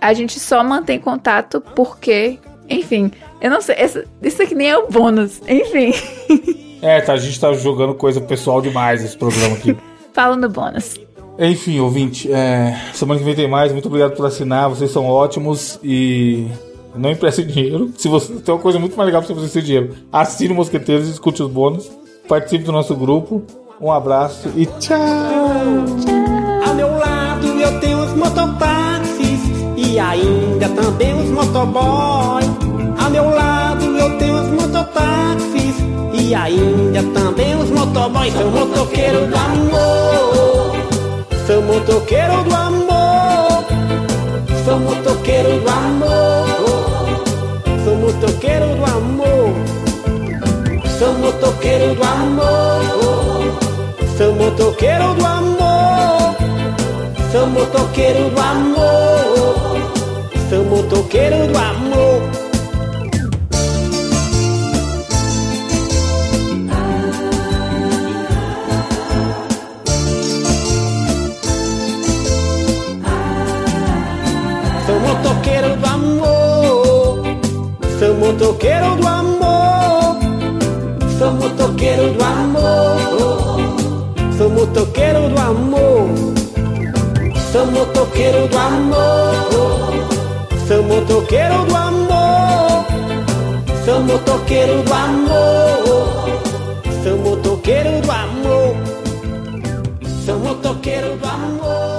A gente só mantém contato porque, enfim, eu não sei, isso aqui nem é o bônus, enfim. Tá, a gente tá jogando coisa pessoal demais esse programa aqui. Fala no bônus. Enfim, ouvinte, semana que vem tem mais. Muito obrigado por assinar, vocês são ótimos e não emprestem dinheiro. Se você tem uma coisa muito mais legal pra você ter dinheiro, assine o Mosqueteiros, escute os bônus, participe do nosso grupo. Um abraço e tchau! Ao meu lado eu tenho os mototáxis e ainda também os motoboy. Ao meu lado eu tenho os mototáxis e ainda também os motoboys. Sou motoqueiro do amor, sou motoqueiro do amor, sou motoqueiro do amor, sou motoqueiro do amor, sou motoqueiro do amor, sou motoqueiro do amor, sou motoqueiro do amor, sou motoqueiro do amor. Sou motoqueiro do amor, sou motoqueiro do amor, sou motoqueiro do amor, sou motoqueiro do amor, sou motoqueiro do amor, sou motoqueiro do amor, sou motoqueiro do amor, sou motoqueiro do amor, sou motoqueiro do amor.